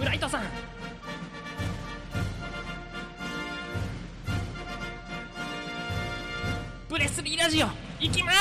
ライトさん。プレスリーラジオ行きます。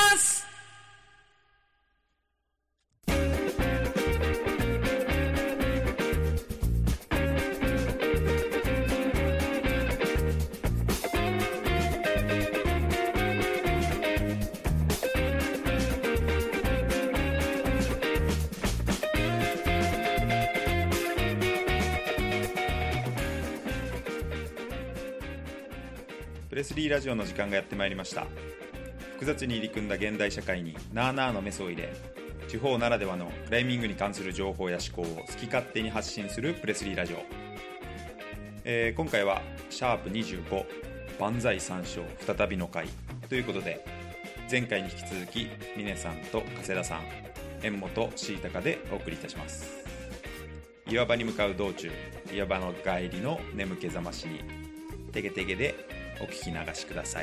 プレスリーラジオの時間がやってまいりました。複雑に入り組んだ現代社会になあなあのメスを入れ、地方ならではのクライミングに関する情報や思考を好き勝手に発信するプレスリーラジオ。今回はシャープ25万歳三唱再びの回ということで、前回に引き続き峰さんと加世田さん、縁本しいたかでお送りいたします。岩場に向かう道中、岩場の帰りの眠気覚ましにテゲテゲでお聞き流しください。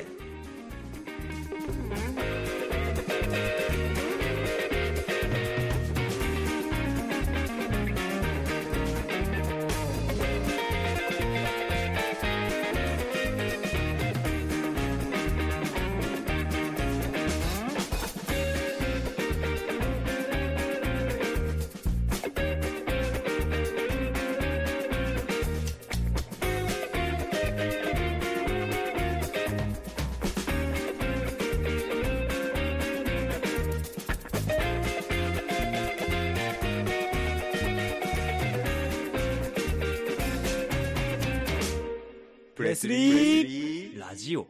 プレスリーラジオ。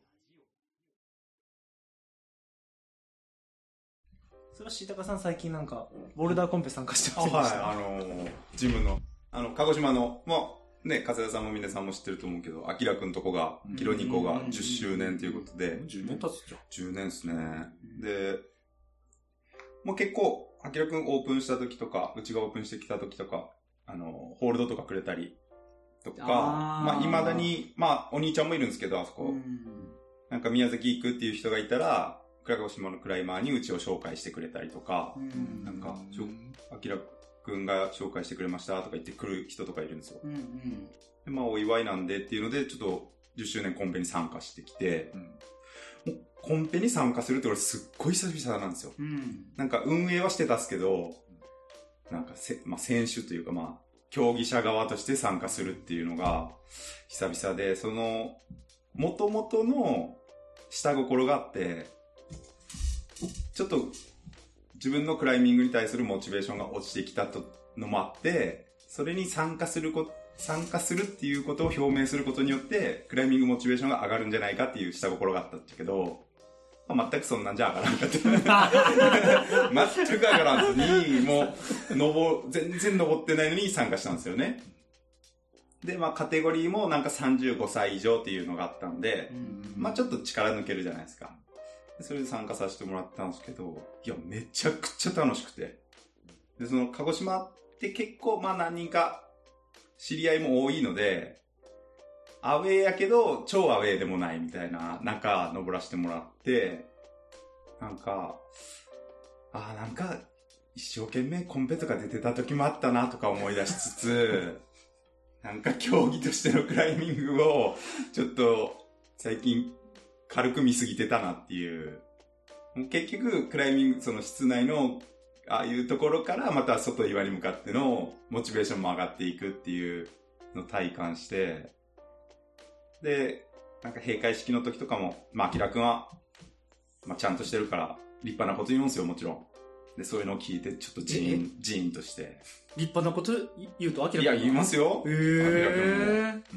それはしいたかさん最近なんかボルダーコンペ参加してませんでした？ はい、ジムの鹿児島のね、加世田さんも峰さんも知ってると思うけど、あきらくんとこがキロニコが10周年ということで、 10年経つじゃん。 10年ですね。で、もう結構あきらくんオープンした時とか、うちがオープンしてきた時とか、ホールドとかくれたりとか、未だに、お兄ちゃんもいるんですけど、あそこ。なんか宮崎行くっていう人がいたら、鹿児島のクライマーにうちを紹介してくれたりとか、なんか、あきらくんが紹介してくれましたとか言ってくる人とかいるんですよ。で、お祝いなんでっていうので、ちょっと10周年コンペに参加してきて、もうコンペに参加するって俺すっごい久々なんですよ。なんか運営はしてたっすけど、なんか選手というか競技者側として参加するっていうのが久々で、その元々の下心があって、ちょっと自分のクライミングに対するモチベーションが落ちてきたのもあって、それに参加するっていうことを表明することによってクライミングモチベーションが上がるんじゃないかっていう下心があったんだけど、全くそんなんじゃ上がらなかった全く上がらずに、もう全然登ってないのに参加したんですよね。で、カテゴリーもなんか35歳以上っていうのがあったんで、ちょっと力抜けるじゃないですか。それで参加させてもらったんですけど、いや、めちゃくちゃ楽しくて。で、その鹿児島って結構何人か知り合いも多いので、アウェーやけど超アウェーでもないみたいな中登らせてもらって、なんか一生懸命コンペとか出てた時もあったなとか思い出しつつ、なんか競技としてのクライミングをちょっと最近軽く見すぎてたなっていう。結局クライミング、その室内のああいうところからまた外岩に向かってのモチベーションも上がっていくっていうのを体感して、で、なんか閉会式の時とかも、あきらくんは、ちゃんとしてるから立派なこと言うんですよ、もちろん。で、そういうのを聞いてちょっとジーンとして。 立派なこと言うとあきらくん？ いや、言いますよ。あきらくんも。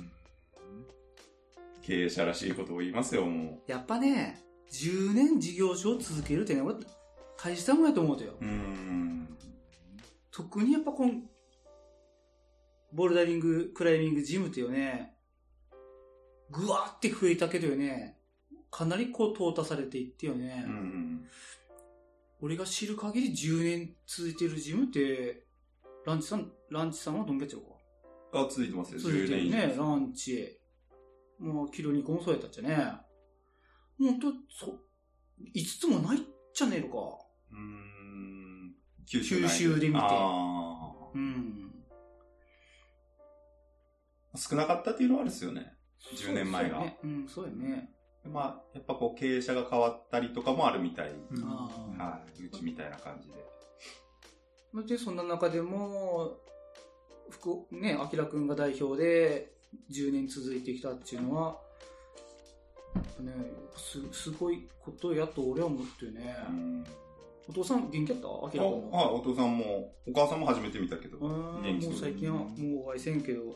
経営者らしいことを言いますよ、もう。 やっぱね、10年事業所を続けるってね、俺、大したもんやと思うとよ。特にやっぱボルダリング、クライミング、ジムってよね、ぐわーって増えたけどよね、かなり淘汰されていってよね。俺が知る限り10年続いてるジムって、ランチさんはどんけちゃうか？ 続いてますよ、 続いてるね、ランチ。キロ2個もそうやったっちゃね。ほんと、5つもないっちゃねえのか。 九州で見て。 少なかったっていうのはあるですよね。10年前が。 そうね。うん、そうよね。 まあ、やっぱこう経営者が変わったりとかもあるみたい。 あはい。うちみたいな感じで。 で、そんな中でも、ね、あきらくんが代表で10年続いてきたっていうのは、ね、すごいことやと俺は思ってね。お父さん元気やった？あきらくんは。はい、お父さんも、お母さんも初めて見たけど。 元気そう。もう最近はもうお会いせんけど。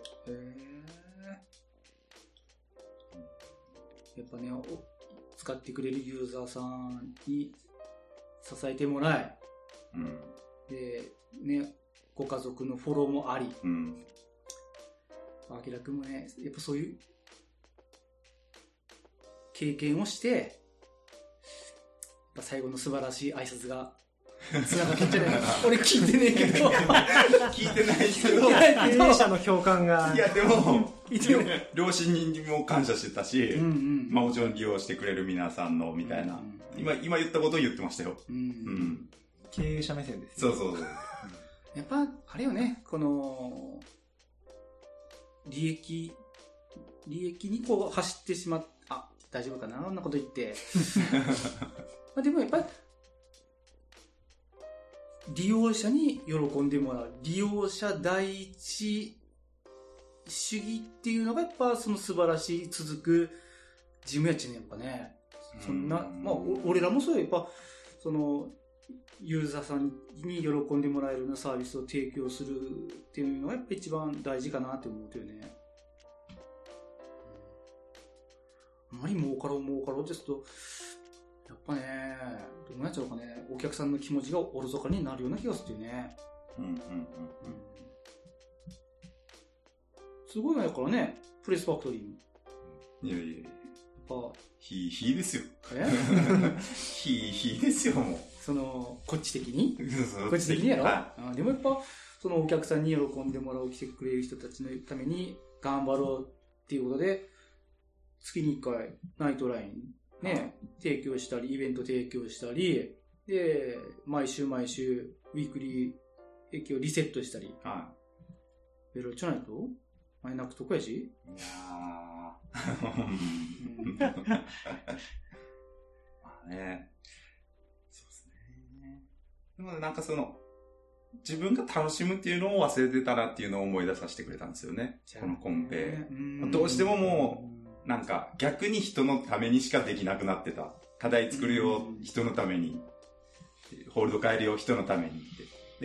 やっぱね、使ってくれるユーザーさんに支えてもらい、で、ね、ご家族のフォローもあり、あきらくんもね、やっぱそういう経験をして、やっぱ最後の素晴らしい挨拶が繋がってんじゃないかな。俺聞いてねえけど。 聞いてないけど。 経営者の共感が。 いや、でも、両親にも感謝してたし、まあもちろん利用してくれる皆さんの、みたいな。今言ったことを言ってましたよ。 経営者目線です。 そうそう。 やっぱ、あれよね、この、利益にこう走ってしまっ、大丈夫かなこんなこと言って。まあでもやっぱり、利用者に喜んでもらう。利用者第一主義っていうのがやっぱその素晴らしい続く事務やっちねやっぱね。そんな、まあ俺らもそうやっぱ、その、ユーザーさんに喜んでもらえるようなサービスを提供するっていうのがやっぱ一番大事かなって思うよね。あまり儲かろうですと、やっぱね、どうなっちゃうかね、お客さんの気持ちがおろそかになるような気がするよね。すごいのやからね、プレスファクトリー。 いやいやいや。 やっぱ、 ひですよ。 えひですよ、もう。 その、こっち的にこっち的にやろ、でもやっぱ、そのお客さんに喜んでもらう、来てくれる人たちのために頑張ろうっていうことで、月に1回、ナイトライン、ね、提供したり、イベント提供したり、で、毎週、ウィークリー提供リセットしたり。いろいろちゃないとあれ泣くとこやし。 いやまあね。そうですね。でもなんかその、自分が楽しむっていうのを忘れてたなっていうのを思い出させてくれたんですよね。このコンペ。どうしてももう、なんか逆に人のためにしかできなくなってた。課題作るよ、人のために。ホールド変えるよ、人のためにって。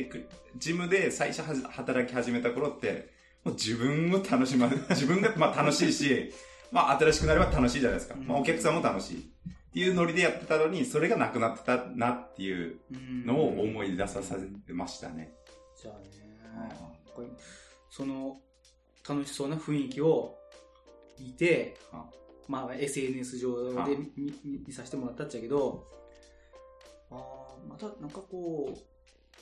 で、ジムで最初働き始めた頃って、もう自分を楽しまる。自分がまあ楽しいし、まあ新しくなれば楽しいじゃないですか。まあお客さんも楽しい。っていうノリでやってたのに、それがなくなってたなっていうのを思い出させてましたね。 じゃあね、その楽しそうな雰囲気を見て、まあ SNS 上で見させてもらったっちゃけど、またなんかこう、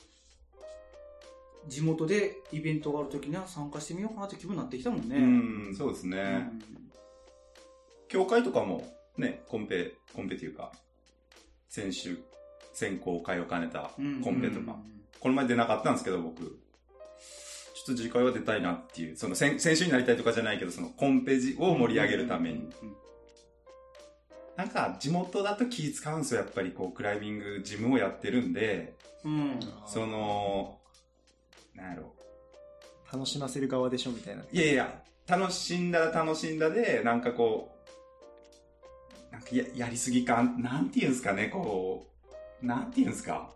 地元でイベントがあるときには参加してみようかなって気分になってきたもんね。 そうですね。協会とかもね、コンペというか、選考会を兼ねたコンペとか、この前出なかったんですけど僕、ちょっと次回は出たいなっていう、その選手になりたいとかじゃないけど、そのコンペを盛り上げるために。なんか地元だと気使うんですよ、やっぱりこうクライミングジムをやってるんで、その、なんやろ。 楽しませる側でしょみたいな。 いやいや、楽しんだで、なんかこう、なんかやりすぎ感、なんて言うんすかね、こう、なんて言うんすか。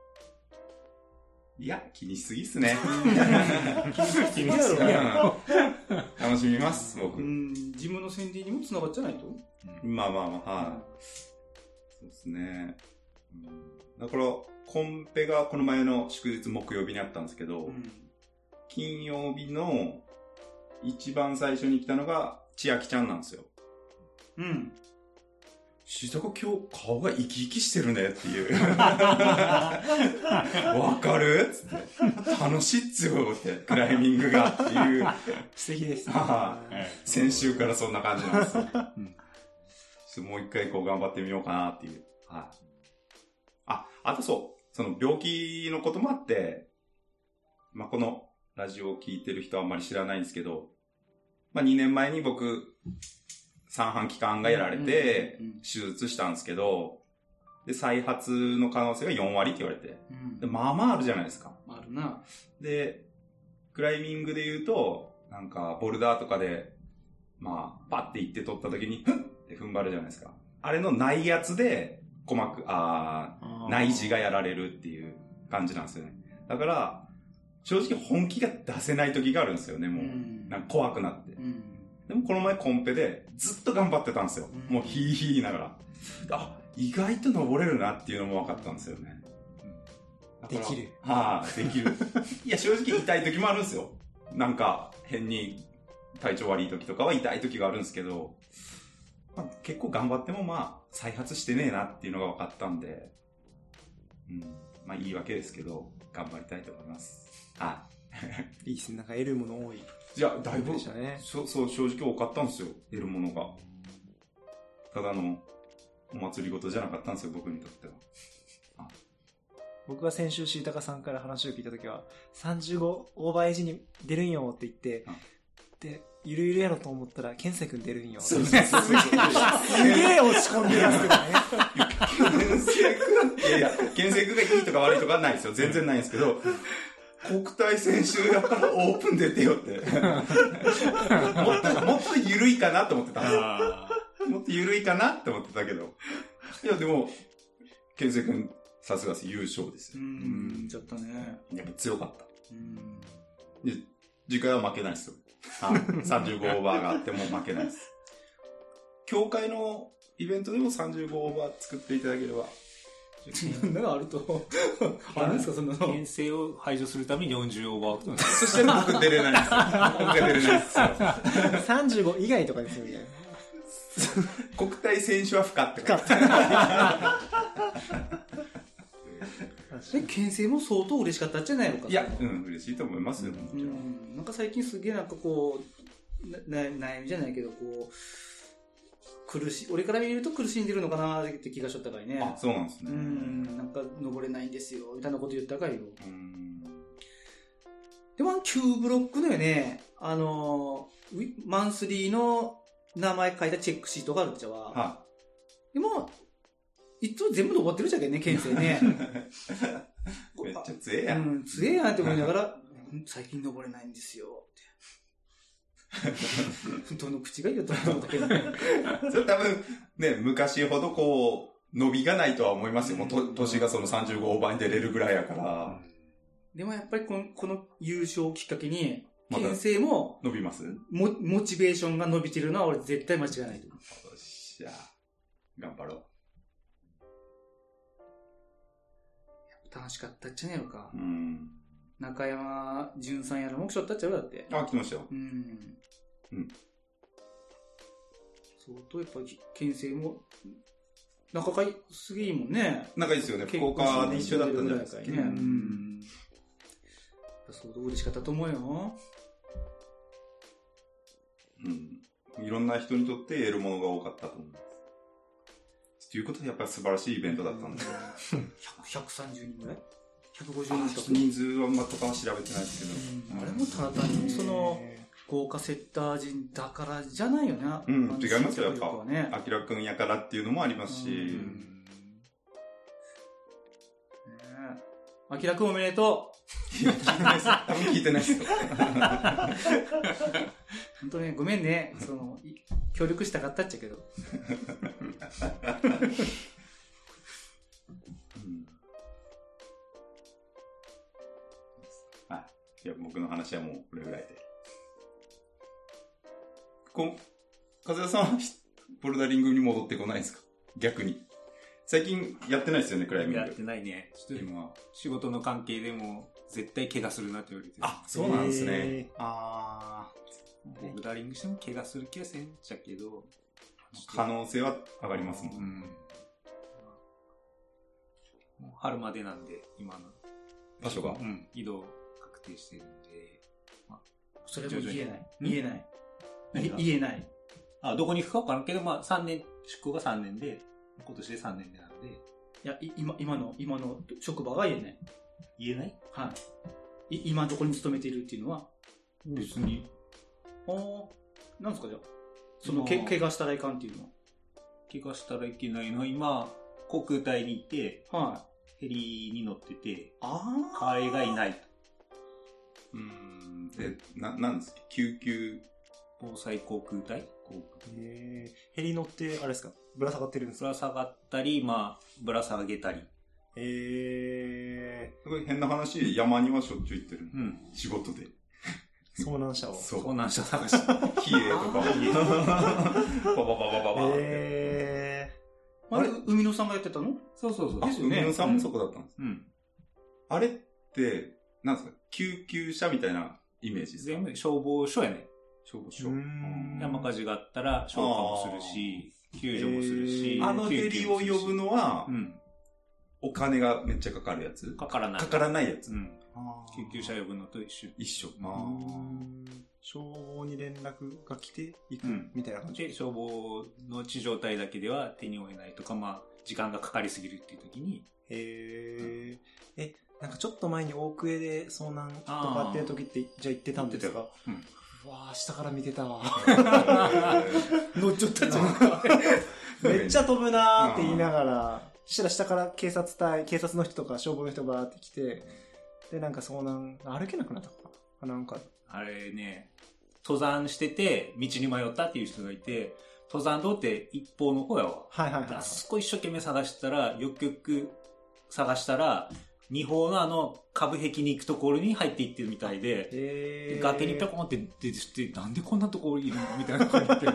いや、気にしすぎっすね。 気にしすぎやろ。 楽しみます、僕。 ジムの宣伝にも繋がっちゃないと？ まあ、はい。そうですね。だから、コンペがこの前の祝日木曜日にあったんですけど、金曜日の一番最初に来たのが千秋ちゃんなんですよ。しずか今日顔が生き生きしてるねっていう。わかるつって。楽しいっつよって、クライミングがっていう。 素敵ですね。 先週からそんな感じなんですよ。もう一回こう頑張ってみようかなっていう。あとそう。その病気のこともあって、まあ、このラジオを聞いてる人はあんまり知らないんですけど、 まあ2年前に僕、三半規管がやられて、手術したんですけど、で、再発の可能性が4割って言われて。でまあまああるじゃないですか。 あるな。 で、クライミングで言うと、なんか、ボルダーとかで、まあ、パッて行って取った時に、ふんって踏ん張るじゃないですか。あれのないやつで、内耳がやられるっていう感じなんですよね。だから、正直本気が出せない時があるんですよね、もう。なんか怖くなって。でもこの前コンペでずっと頑張ってたんですよ。もうヒーヒー言いながら。あ、意外と登れるなっていうのも分かったんですよね。 できる。 はあ、できる。いや、正直痛い時もあるんですよ。なんか、変に体調悪い時とかは痛い時があるんですけど、まあ、結構頑張ってもまあ、再発してねえなっていうのが分かったんで、まあいいわけですけど、頑張りたいと思います。はい。 いいですね。なんか得るもの多い。 いや、だいぶ、 でしたね。 そう、正直多かったんですよ。得るものが。ただの、お祭り事じゃなかったんですよ、僕にとっては。 僕が先週、シータカさんから話を聞いたときは、35オーバーエイジに出るんよって言って、で、ゆるゆるやろと思ったら、ケンセイ君出るんよ。すげえ落ち込んでますけどね。 ケンセイ君がいいとか悪いとかはないですよ。全然ないんですけど、国体選手やからオープン出てよって。もっと緩いかなと思ってた。もっと緩いかなって思ってたけど。いや、でも、ケンセイ君、さすがです。優勝ですよ。 ちょっとね。 やっぱ強かった。で、次回は負けないですよ。35オーバーがあっても負けないです。協会のイベントでも35オーバー作っていただければ。 なんかあると。あるんですか、そんなの。 牽制を排除するために40オーバーを。 そして僕出れないです。僕が出れないです。 35以外とかですよね。 国体選手は不可って。 牽制も相当嬉しかったんじゃないのか。 いや、嬉しいと思いますよ。 なんか最近すげえなんかこう、悩みじゃないけど、こう、俺から見ると苦しんでるのかなって気がしちゃったからね。 あ、そうなんですね。 なんか登れないんですよ、みたいなこと言ったからよ。でも9ブロックのよね、マンスリーの名前書いたチェックシートがあるっちゃわ。でも、いつも全部登ってるじゃけんね、県政ね。 めっちゃ強えやん。 強えやんって思いながら、最近登れないんですよ。どの口がいいよと思ったけどね。 それ多分、ね、昔ほどこう、伸びがないとは思いますよ。もう年がその35オーバーに出れるぐらいやから。でもやっぱりこの優勝をきっかけに、県政も、 伸びますモチベーションが伸びてるのは俺絶対間違いないと思う。 よっしゃ。頑張ろう。 楽しかったっちゃねえのか。中山淳さんやらも来ちゃったっちゃうだって。 あ、来ましたよ。 相当やっぱり県政も仲がすげえいいもんね。 仲いいですよね。福岡で一緒だったんじゃないですか。 相当嬉しかったと思うよ。 いろんな人にとって得るものが多かったと思います。ということでやっぱり素晴らしいイベントだったんで。 130人ぐらい ?150 人人数はとかは調べてないですけど。 あれもただ単にその、豪華セッター陣だからじゃないよね。 違いますよ、やっぱ。あきらくんやからっていうのもありますし。 あきらくんおめでとう。いや、聞いてないです。多分聞いてないですよ。 本当ね、ごめんね。協力したかったっちゃけど。 いや、僕の話はもうこれぐらいで。風田さんはボルダリングに戻ってこないですか？逆に。最近やってないですよね、クライミング。 やってないね。ちょっと今、仕事の関係でも絶対怪我するなって言われて。 あ、そうなんですね。 ボルダリングしても怪我する気はせんちゃけど。 可能性は上がりますもん。 もう春までなんで、今の。 場所が。 移動確定してるんで。 それも言えない。言えない。 どこに行くか分からんけど、3年、出向が3年で、今年で3年目なんで。 いや、今の職場が言えない。 言えない？ はい。今どこに勤めているっていうのは別に。 なんですかじゃあ。その怪我したらいかんっていうのは。 怪我したらいけないのは、今、航空隊に行って、 はい。 ヘリに乗ってて、 ああ。 代わりがいないと。 なんですか救急防災航空隊ヘリ乗って、あれですかぶら下がってるんですかぶら下がったり、まあ、ぶら下げたり。 すごい変な話、山にはしょっちゅう行ってる。 うん。 仕事で。 遭難者を。 遭難者探し。 比叡とか。ババババババ。 あれ、海野さんがやってたの？ そうそうそう。 ですよね。海野さんもそこだったんです。 うん。 あれって、なんですか救急車みたいなイメージですか？ 全部消防署やね。 消防署。 山火事があったら消火もするし、救助もするし。 あのヘリを呼ぶのは、お金がめっちゃかかるやつ？ かからない。 かからないやつ。 救急車呼ぶのと一緒。 一緒。 消防に連絡が来て行くみたいな感じで、消防の地上隊だけでは手に負えないとか、まあ、時間がかかりすぎるっていう時に。 なんかちょっと前に大久江で遭難とかっていう時って、じゃあ行ってたんですか？うわぁ、下から見てたわ。 乗っちゃったじゃん。 めっちゃ飛ぶなーって言いながら、したら下から警察の人とか消防の人がって来て、で、なんか遭難、歩けなくなったかななんか。 あれね、登山してて、道に迷ったっていう人がいて、登山道って一方の方やわ。あそこ一生懸命探したら、よくよく探したら、二方の壁壁に行くところに入っていってるみたいで、崖にピョコンって出てきて、なんでこんなところいるのみたいな感じで。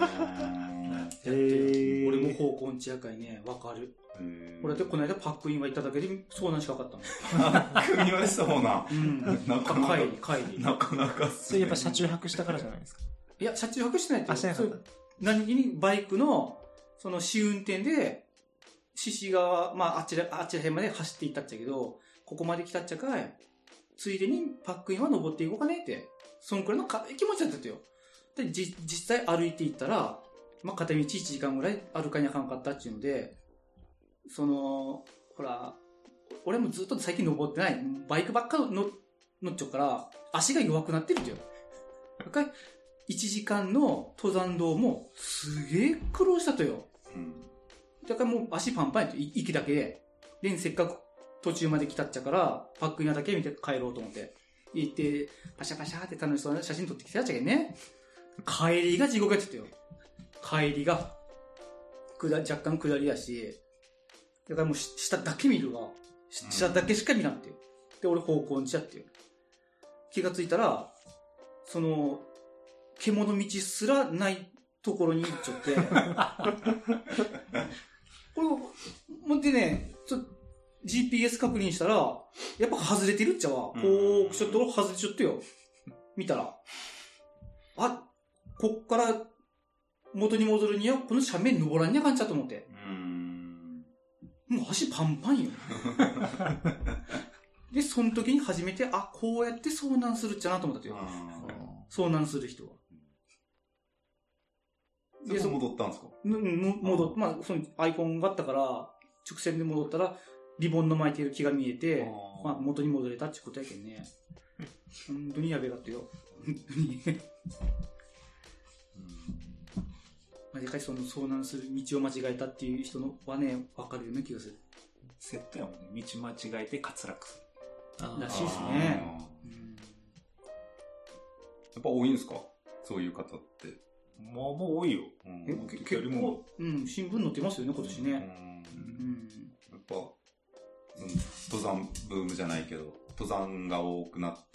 俺も方向地夜会ね、わかる。俺だってこの間パックインは行っただけで遭難しかかったもん。 パックインはそうな。 なかなか。帰り。 なかなかそれやっぱ車中泊したからじゃないですか？ いや、車中泊してないって。 してなかった。 何気にバイクの、その試運転で、獅子川、まああっちら辺まで走って行ったっちゃけど、ここまで来たっちゃかい。ついでにパックインは登っていこうかねって。そんくらいの軽い気持ちだったよ。で、実際歩いて行ったら、まあ片道1時間ぐらい歩かにあかんかったっていうので、ほら、俺もずっと最近登ってない。バイクばっか乗っちゃうから、足が弱くなってるんだよ。1時間の登山道もすげえ苦労したとよ。だからもう足パンパンやと、息だけで。で、せっかく途中まで来たっちゃから、パックインだけ見て帰ろうと思って。行って、パシャパシャって楽しそうな写真撮ってきたっちゃけんね。帰りが地獄やってたよ。帰りが。若干下りやし。だからもう下だけ見るわ。下だけしか見なくて。で、俺方向にしちゃってよ。気がついたら、獣道すらないところに行っちゃって。これ、もってね、GPS 確認したら、やっぱ外れてるっちゃわ。こう、ちょっと外れちゃってよ。見たら。あ、こっから元に戻るには、この斜面登らんにゃかんちゃと思って。もう足パンパンよ。で、その時に初めて、あ、こうやって遭難するっちゃなと思ったとよ。遭難する人は。 で、戻ったんですか？ まあ、そのアイコンがあったから、直線で戻ったら、リボンの巻いてる木が見えて、まあ、元に戻れたってことやけんね。本当にやべえかったよ。本当に。まあ、でかいその遭難する道を間違えたっていう人のはね、わかるような気がする。 セットやもんね。道間違えて滑落する。 らしいですね。 やっぱ多いんですか？そういう方って。 まあまあ多いよ。 結構、新聞載ってますよね、今年ね。やっぱ、登山ブームじゃないけど、登山が多くなって、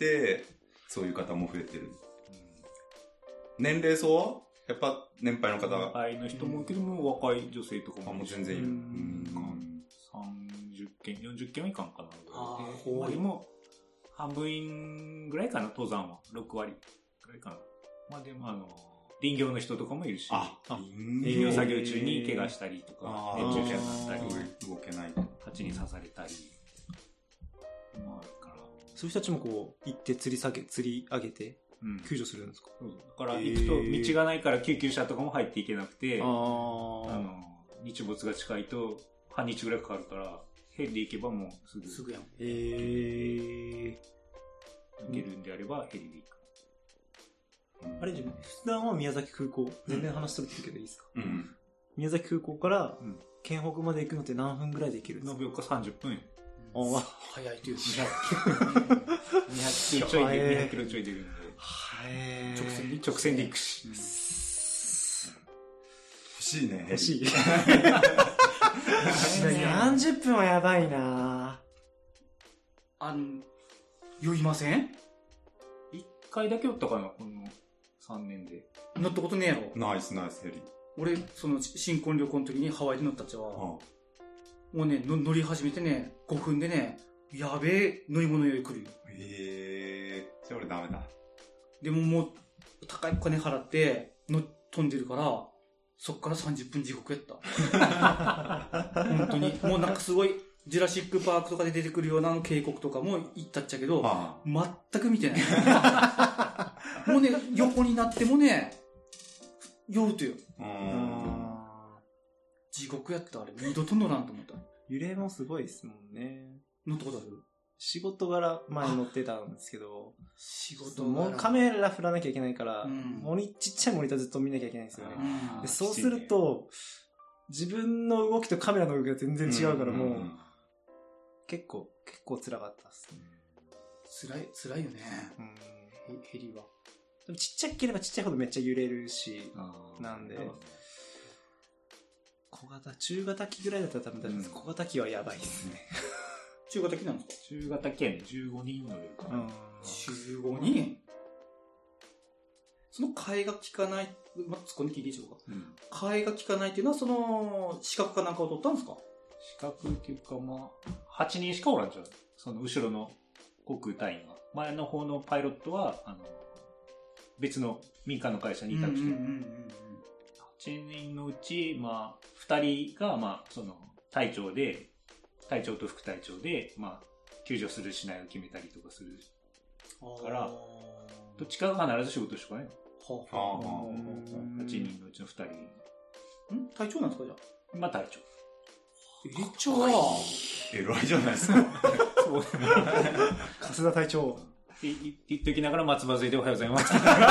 そういう方も増えてる。年齢層はやっぱ年配の方が。 年配の人も多いけども、若い女性とかも全然いる。 30件、40件はいかんかな。まあでも、半分ぐらいかな、登山は。6割ぐらいかな。まあでも林業の人とかもいるし、林業作業中に怪我したりとか、熱中症になったり、 動けない。 蜂に刺されたり。まあ、 そういう人たちもこう、行って釣り上げて、救助するんですか？ だから行くと道がないから救急車とかも入っていけなくて、日没が近いと半日ぐらいかかるから、ヘリで行けばもうすぐやん。行けるんであればヘリで行く。 あれ、普段は宮崎空港、全然話しとるけどいいですか？宮崎空港から、県北まで行くのって何分ぐらいで行けるんですか？ 延岡30分。 早いという。 200キロちょい出るんで。直線で行くし。 欲しいね。 欲しい。30分はやばいな酔いません ？1回だけおったかな、この3年で。 乗ったことねえやろ。 ナイスヘリ。 俺、新婚旅行の時にハワイで乗ったっちゃわ。もうね、乗り始めてね、5分でね、やべえ乗り物酔い来るよ。 じゃあ俺ダメだ。 でももう、高いお金払って、飛んでるから、そっから30分地獄やった。本当に。もうなんかすごい、ジュラシックパークとかで出てくるような渓谷とかも行ったっちゃけど、全く見てない。もうね、横になってもね、酔うとよ。地獄やった、あれ。二度と乗らんと思った。 揺れもすごいですもんね。 乗ったことある？ 仕事柄前乗ってたんですけど、 仕事もうカメラ振らなきゃいけないから、ちっちゃいモニターずっと見なきゃいけないんですよね。でそうすると、自分の動きとカメラの動きが全然違うからもう、結構辛かったですね。 辛いよね。ヘリは。 でもちっちゃければちっちゃいほどめっちゃ揺れるし、なんで、中型機ぐらいだったら多分大丈夫です。小型機はやばいですね。 中型機なんですか？ 中型機はね、15人乗れるから。 15人？その替えが効かない、そこに聞いていいでしょうか？替えが効かないっていうのは、資格かなんかを取ったんですか？ 資格っていうか、8人しかおらんじゃん。その後ろの航空隊員は。前の方のパイロットは、別の民間の会社に委託してる。8人のうち、2人が、隊長と副隊長で、救助するしないを決めたりとかするから、どっちかが必ず仕事しかね。8人のうちの2人。 隊長なんですか、じゃあ。 隊長。 長は偉いじゃないですか。 さすが隊長。 言っときながら松葉杖でおはようございます。 確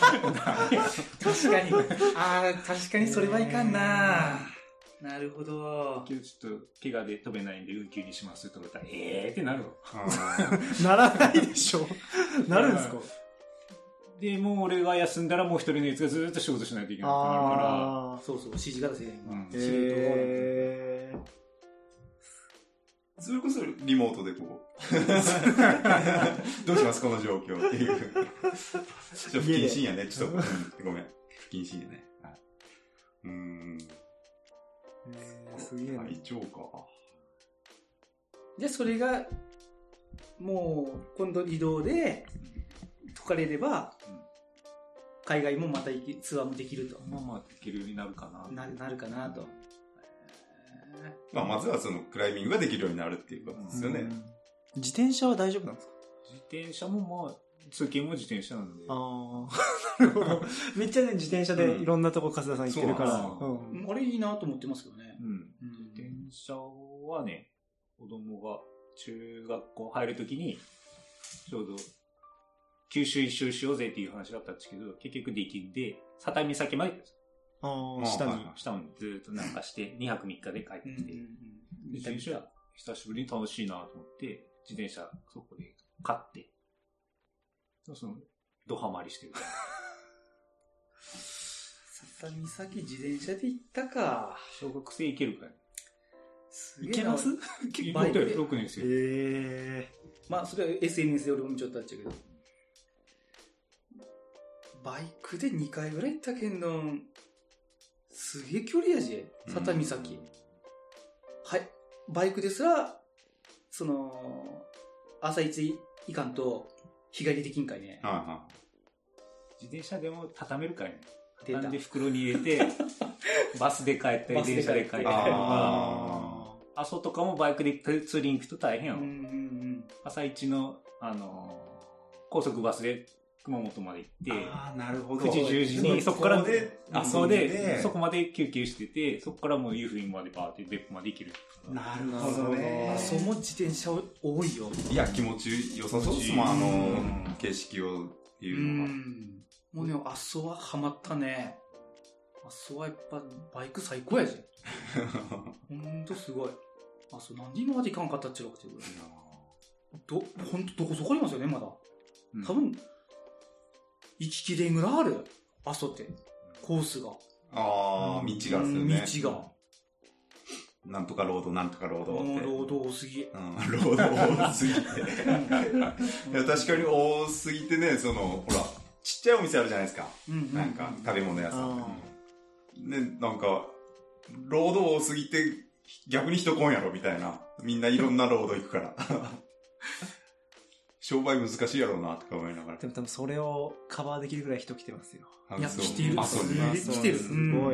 かに。確かにそれはいかんな。なるほど。 ちょっと怪我で飛べないんで運休にしますとか言ったら、ってなるわ。 ならないでしょ。なるんですか？ で、もう俺が休んだらもう一人のやつがずっと仕事しないといけなくなるから。 そう、指示が出せへん。 それこそリモートでこうどうしますこの状況っていう。ちょっと不謹慎やね。ちょっと、ごめん。不謹慎やね。 すげえな。 隊長か。 じゃあそれが、もう、今度移動で、解かれれば、海外もまたツアーもできると。 できるようになるかな。 なるかなと。 まずはそのクライミングができるようになるっていうことですよね。 自転車は大丈夫なんですか？ 自転車も通勤も自転車なんで。 なるほど。めっちゃね、自転車でいろんなとこ粕田さん行ってるから。 あれいいなと思ってますけどね。 自転車はね、子供が中学校入るときに、ちょうど、九州一周しようぜっていう話だったんですけど、結局できんで、佐多岬まで行ったんですよ。下にずっとなんかして、2泊3日で帰ってきて、自転車久しぶりに楽しいなと思って、自転車そこで買って、ドハマりしてる。 佐多岬自転車で行ったか。 小学生行けるかい？ 行けます？ バイクで6年生。 それは SNS で俺も見ちゃったっちゃけど。バイクで2回ぐらい行ったけんど、すげえ距離やじ、佐多岬。はい、バイクですら、朝一いかんと、日帰りできんかいね。 自転車でも畳めるかいね。畳んで袋に入れて、バスで帰ったり、電車で帰ったりとか。阿蘇とかもバイクでツーリング行くと大変やん。朝一の、高速バスで熊本まで行って、 なるほど。 9時10時にそこからそこまで休憩してて、そこからもう湯布院までバーって別府まで行ける。 なるほどね。阿蘇も自転車多いよ。 いや、気持ち良さそうですもん、景色をっていうのが。 もうね、阿蘇はハマったね。阿蘇はやっぱバイク最高やし。ほんとすごい。阿蘇なんで今まで行かんかったっちゅうかっていうぐらい。ほんとどこそこありますよね、まだ。多分、行ききれんぐらいある。阿蘇って。コースが。 道がですよね。 道が。 なんとかロード、なんとかロードって。 ロード多すぎ。 ロード多すぎて。いや、確かに多すぎてね、ほら、ちっちゃいお店あるじゃないですか。なんか、食べ物屋さん。ね、なんか、ロード多すぎて、逆に人来んやろ、みたいな。みんないろんなロード行くから。商売難しいやろうな、とか思いながら。 でも多分それをカバーできるぐらい人来てますよ。 いや、来てる。 来てる。すごい。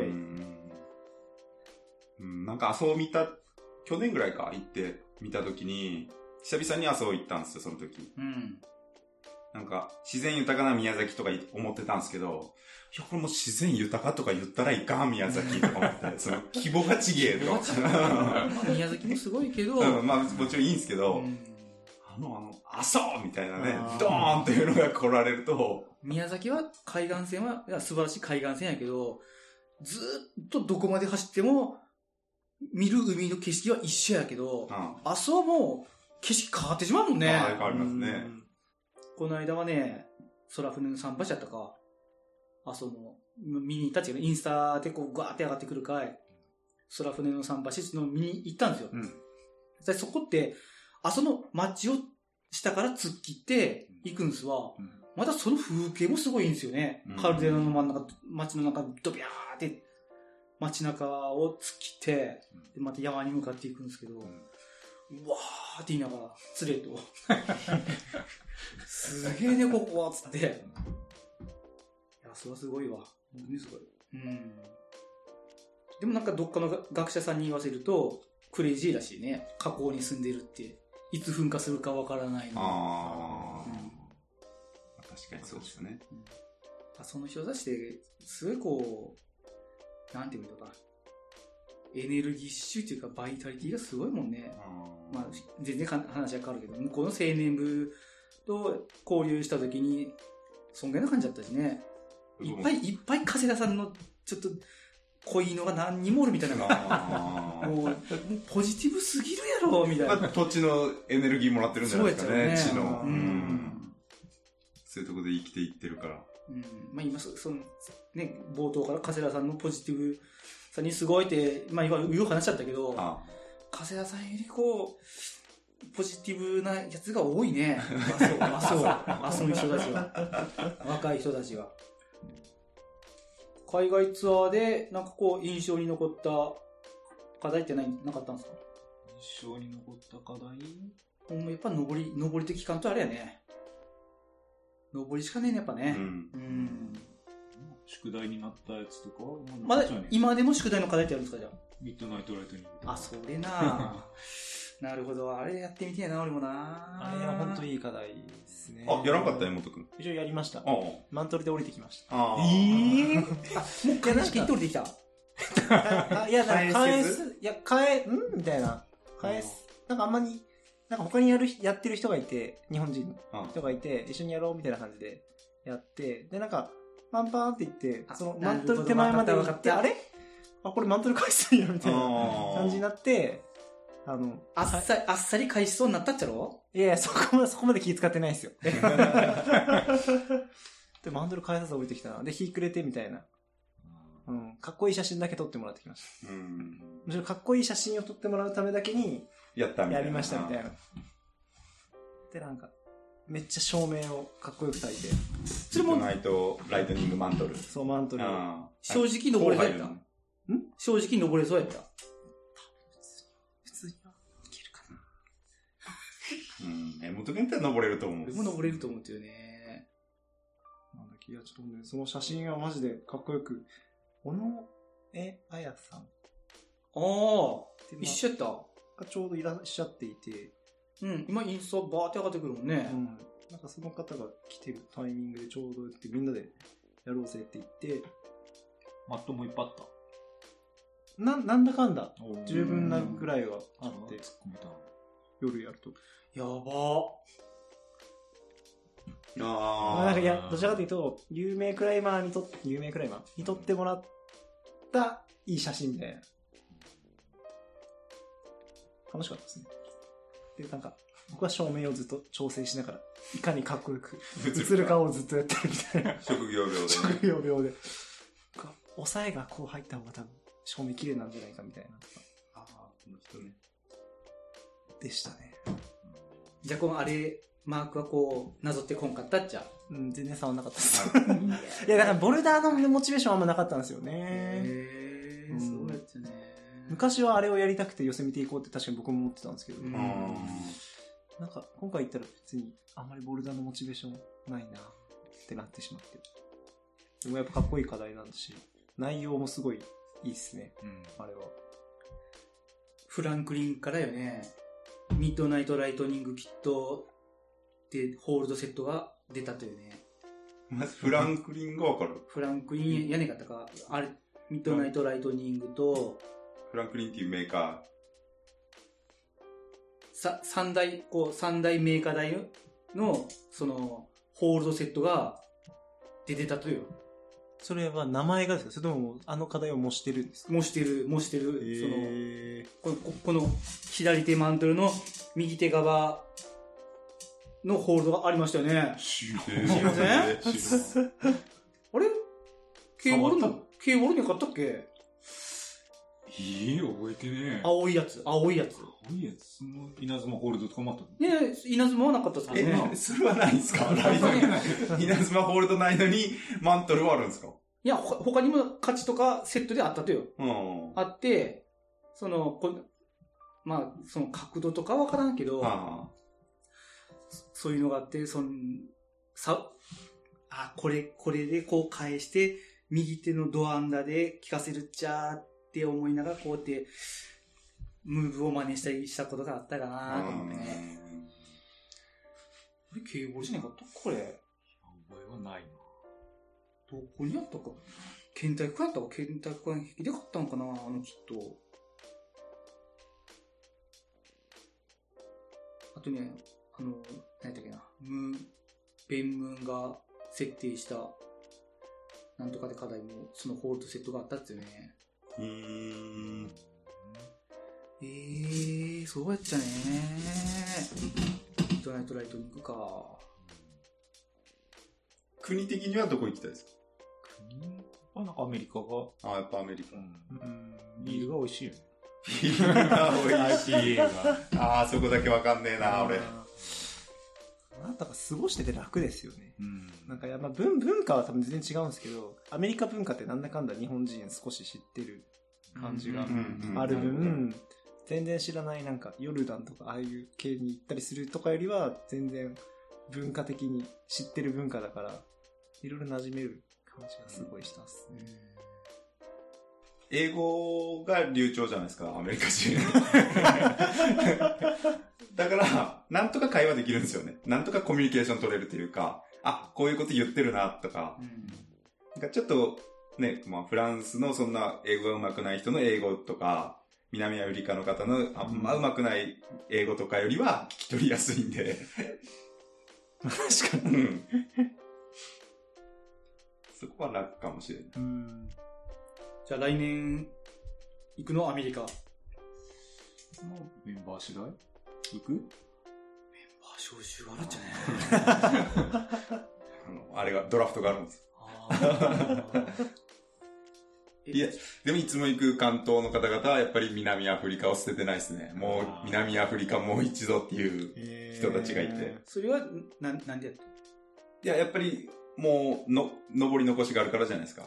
なんか阿蘇を見た、去年ぐらいか行って見たときに、久々に阿蘇行ったんですよ、その時。なんか、自然豊かな宮崎とか思ってたんですけど、いや、これもう自然豊かとか言ったらいかん、宮崎とか思って、その規模がちげえと。 宮崎もすごいけど、 まあもちろんいいんですけど、阿蘇みたいなね、ドーンっていうのが来られると。 宮崎は海岸線は、いや素晴らしい海岸線やけど、ずっとどこまで走っても、見る海の景色は一緒やけど、阿蘇はもう景色変わってしまうもんね。 変わりますね。 この間はね、空船の桟橋やったか、阿蘇の、見に行ったっていうの、インスタでこう、ガーって上がってくるかい、空船の桟橋の見に行ったんですよ。そこって、阿蘇の街を下から突っ切って行くんですわ。またその風景もすごいんですよね。カルデラの真ん中、街の中、ドビャーって街中を突っ切って、でまた山に向かっていくんですけど、うわーって言いながら、連れと。すげえね、ここはつって。いや、それはすごいわ。本当にすごい。でもなんかどっかの学者さんに言わせると、クレイジーらしいね。火口に住んでるって。いつ噴火するかわからないの。 確かにそうですね。 その人たちってすごいこうなんていうのかエネルギッシュっていうかバイタリティがすごいもんね。まあ全然話は変わるけど、向こうの青年部と交流した時にそんぐらいな感じだったしね。いっぱい加瀬田さんのちょっと濃いのが何人もおるみたいなのがもうポジティブすぎるやろみたいな。 土地のエネルギーもらってるんじゃないですかね。地の。そういうところで生きていってるから。 まあ今そのね、冒頭から加瀬田さんのポジティブさにすごいって、まあ今言う話だったけど、加瀬田さんよりこう、ポジティブなやつが多いね。あそういう人たちは。若い人たちは。海外ツアーでなんかこう印象に残った課題ってなかったんですか？ 印象に残った課題？ やっぱ登り的感とあれやね。登りしかねえね、やっぱね。 宿題になったやつとかまだ今でも宿題の課題ってあるんですか？じゃあミッドナイトライトニング。 それななるほど、あれやってみてえな、俺もな。 あれは本当いい課題ですね。 やらんかった？妹くん一応やりました。マントルで降りてきました。 もう一回話聞いて降りてきた。 いや、みたいな。なんかあんまり、なんか他にやってる人がいて、日本人の人がいて、一緒にやろうみたいな感じでやって、で、なんか、パンパンって言って、そのマントル手前まで行って、あれこれマントル返すんやみたいな感じになって、 あっさり返しそうになったっちゃろ？ いや、そこまで気使ってないですよ。で、マントル返さず降りてきたな。で、日暮れてみたいな。かっこいい写真だけ撮ってもらってきました。むしろかっこいい写真を撮ってもらうためだけに、やりましたみたいな。で、なんか、めっちゃ照明をかっこよく焚いて。 それもナイトライトニングマントル。 そう、マントル。 正直登れそうやった？正直登れそうやった？ 普通にはいけるかな。元君って登れると思う。 俺も登れると思ってるね。 なんだっけ、いや、ちょっとね、その写真はマジでかっこよく。小野あやさん。 一緒やった。 がちょうどいらっしゃっていて。 今インスタバーって上がってくるもんね。 なんかその方が来てるタイミングでちょうどやってみんなでやろうぜって言って。 マットもいっぱいあった。 なんだかんだ十分なぐらいはあって。夜やると。 やばなんかいや、どちらかというと、有名クライマーにとってもらったいい写真みたいな。楽しかったですね。で、なんか、僕は照明をずっと調整しながら、いかにかっこよく映るかをずっとやってるみたいな。 職業病でね。 職業病で。抑えがこう入った方が多分、照明綺麗なんじゃないかみたいな。 ああ、この人ね。 でしたね。 じゃあこのあれ、マークはこう、なぞってこんかったっちゃ。 うん、全然触んなかったです。いや、だからボルダーのモチベーションはあんまなかったんですよね。 そうやってね。 昔はあれをやりたくて寄せ見ていこうって確かに僕も思ってたんですけど、なんか今回行ったら別にあんまりボルダーのモチベーションないなってなってしまって。でもやっぱかっこいい課題なんだし、内容もすごいいいっすね、あれは。 フランクリンからよね、ミッドナイトライトニングキットでホールドセットが出たというね。 まずフランクリンがわかる。 フランクリン屋根があったか、あれ、ミッドナイトライトニングと、 フランクリンっていうメーカー。三大メーカー大の、その、ホールドセットが出てたとよ。 それは名前がですか？それともあの課題を模してるんですか？ 模してる。その、この左手マントルの右手側のホールドがありましたよね。知りません？あれ？K ボールに買ったっけ？ 覚えてねえ。 青いやつ。 その稲妻ホールドとかもあったの？ ねえ、稲妻はなかったっすけどね。 それはないんですか？稲妻ホールドないのにマントルはあるんですか？ いや、他にも勝ちとかセットであったとよ。あって、その角度とかわからんけど、そういうのがあって、これでこう返して、右手のドアンダで効かせるっちゃーって思いながら、こうやって、ムーブを真似したことがあったかなと思ってね。これ、Kボールじゃなかったこれ。 覚えはないな。 どこにあったか。ケンタイクやったかケンタイクやで買ったんかなあのキット。あとね、何やったっけな。ベンムーンが設定した、なんとかで課題も、そのホールドセットがあったっつよね。そうやっちゃねミッドナイトライトニングか。 国的にはどこ行きたいですか？ 国はなんかアメリカが。 やっぱアメリカ。 ビールが美味しいよね。 ビールが美味しい。そこだけわかんねえな、俺。 なんだか過ごしてて楽ですよね。なんか文化は多分全然違うんですけど、アメリカ文化ってなんだかんだ日本人少し知ってる感じがある分、全然知らないなんかヨルダンとかああいう系に行ったりするとかよりは全然文化的に知ってる文化だからいろいろ馴染める感じがすごいしたっすね。 英語が流暢じゃないですか、アメリカ人。だから、なんとか会話できるんですよね。なんとかコミュニケーション取れるというか、こういうこと言ってるな、とか。なんかちょっと、ね、フランスのそんな英語が上手くない人の英語とか、南アフリカの方のあんま上手くない英語とかよりは聞き取りやすいんで。 確かに。 そこは楽かもしれない。 じゃあ来年、行くのアメリカ。 メンバー次第行く？ メンバー招集あるんじゃねあれが、ドラフトがあるんです。いや、でもいつも行く関東の方々はやっぱり南アフリカを捨ててないですね。もう南アフリカもう一度っていう人たちがいて。 それはなんでやった？いや、やっぱりもう登り残しがあるからじゃないですか。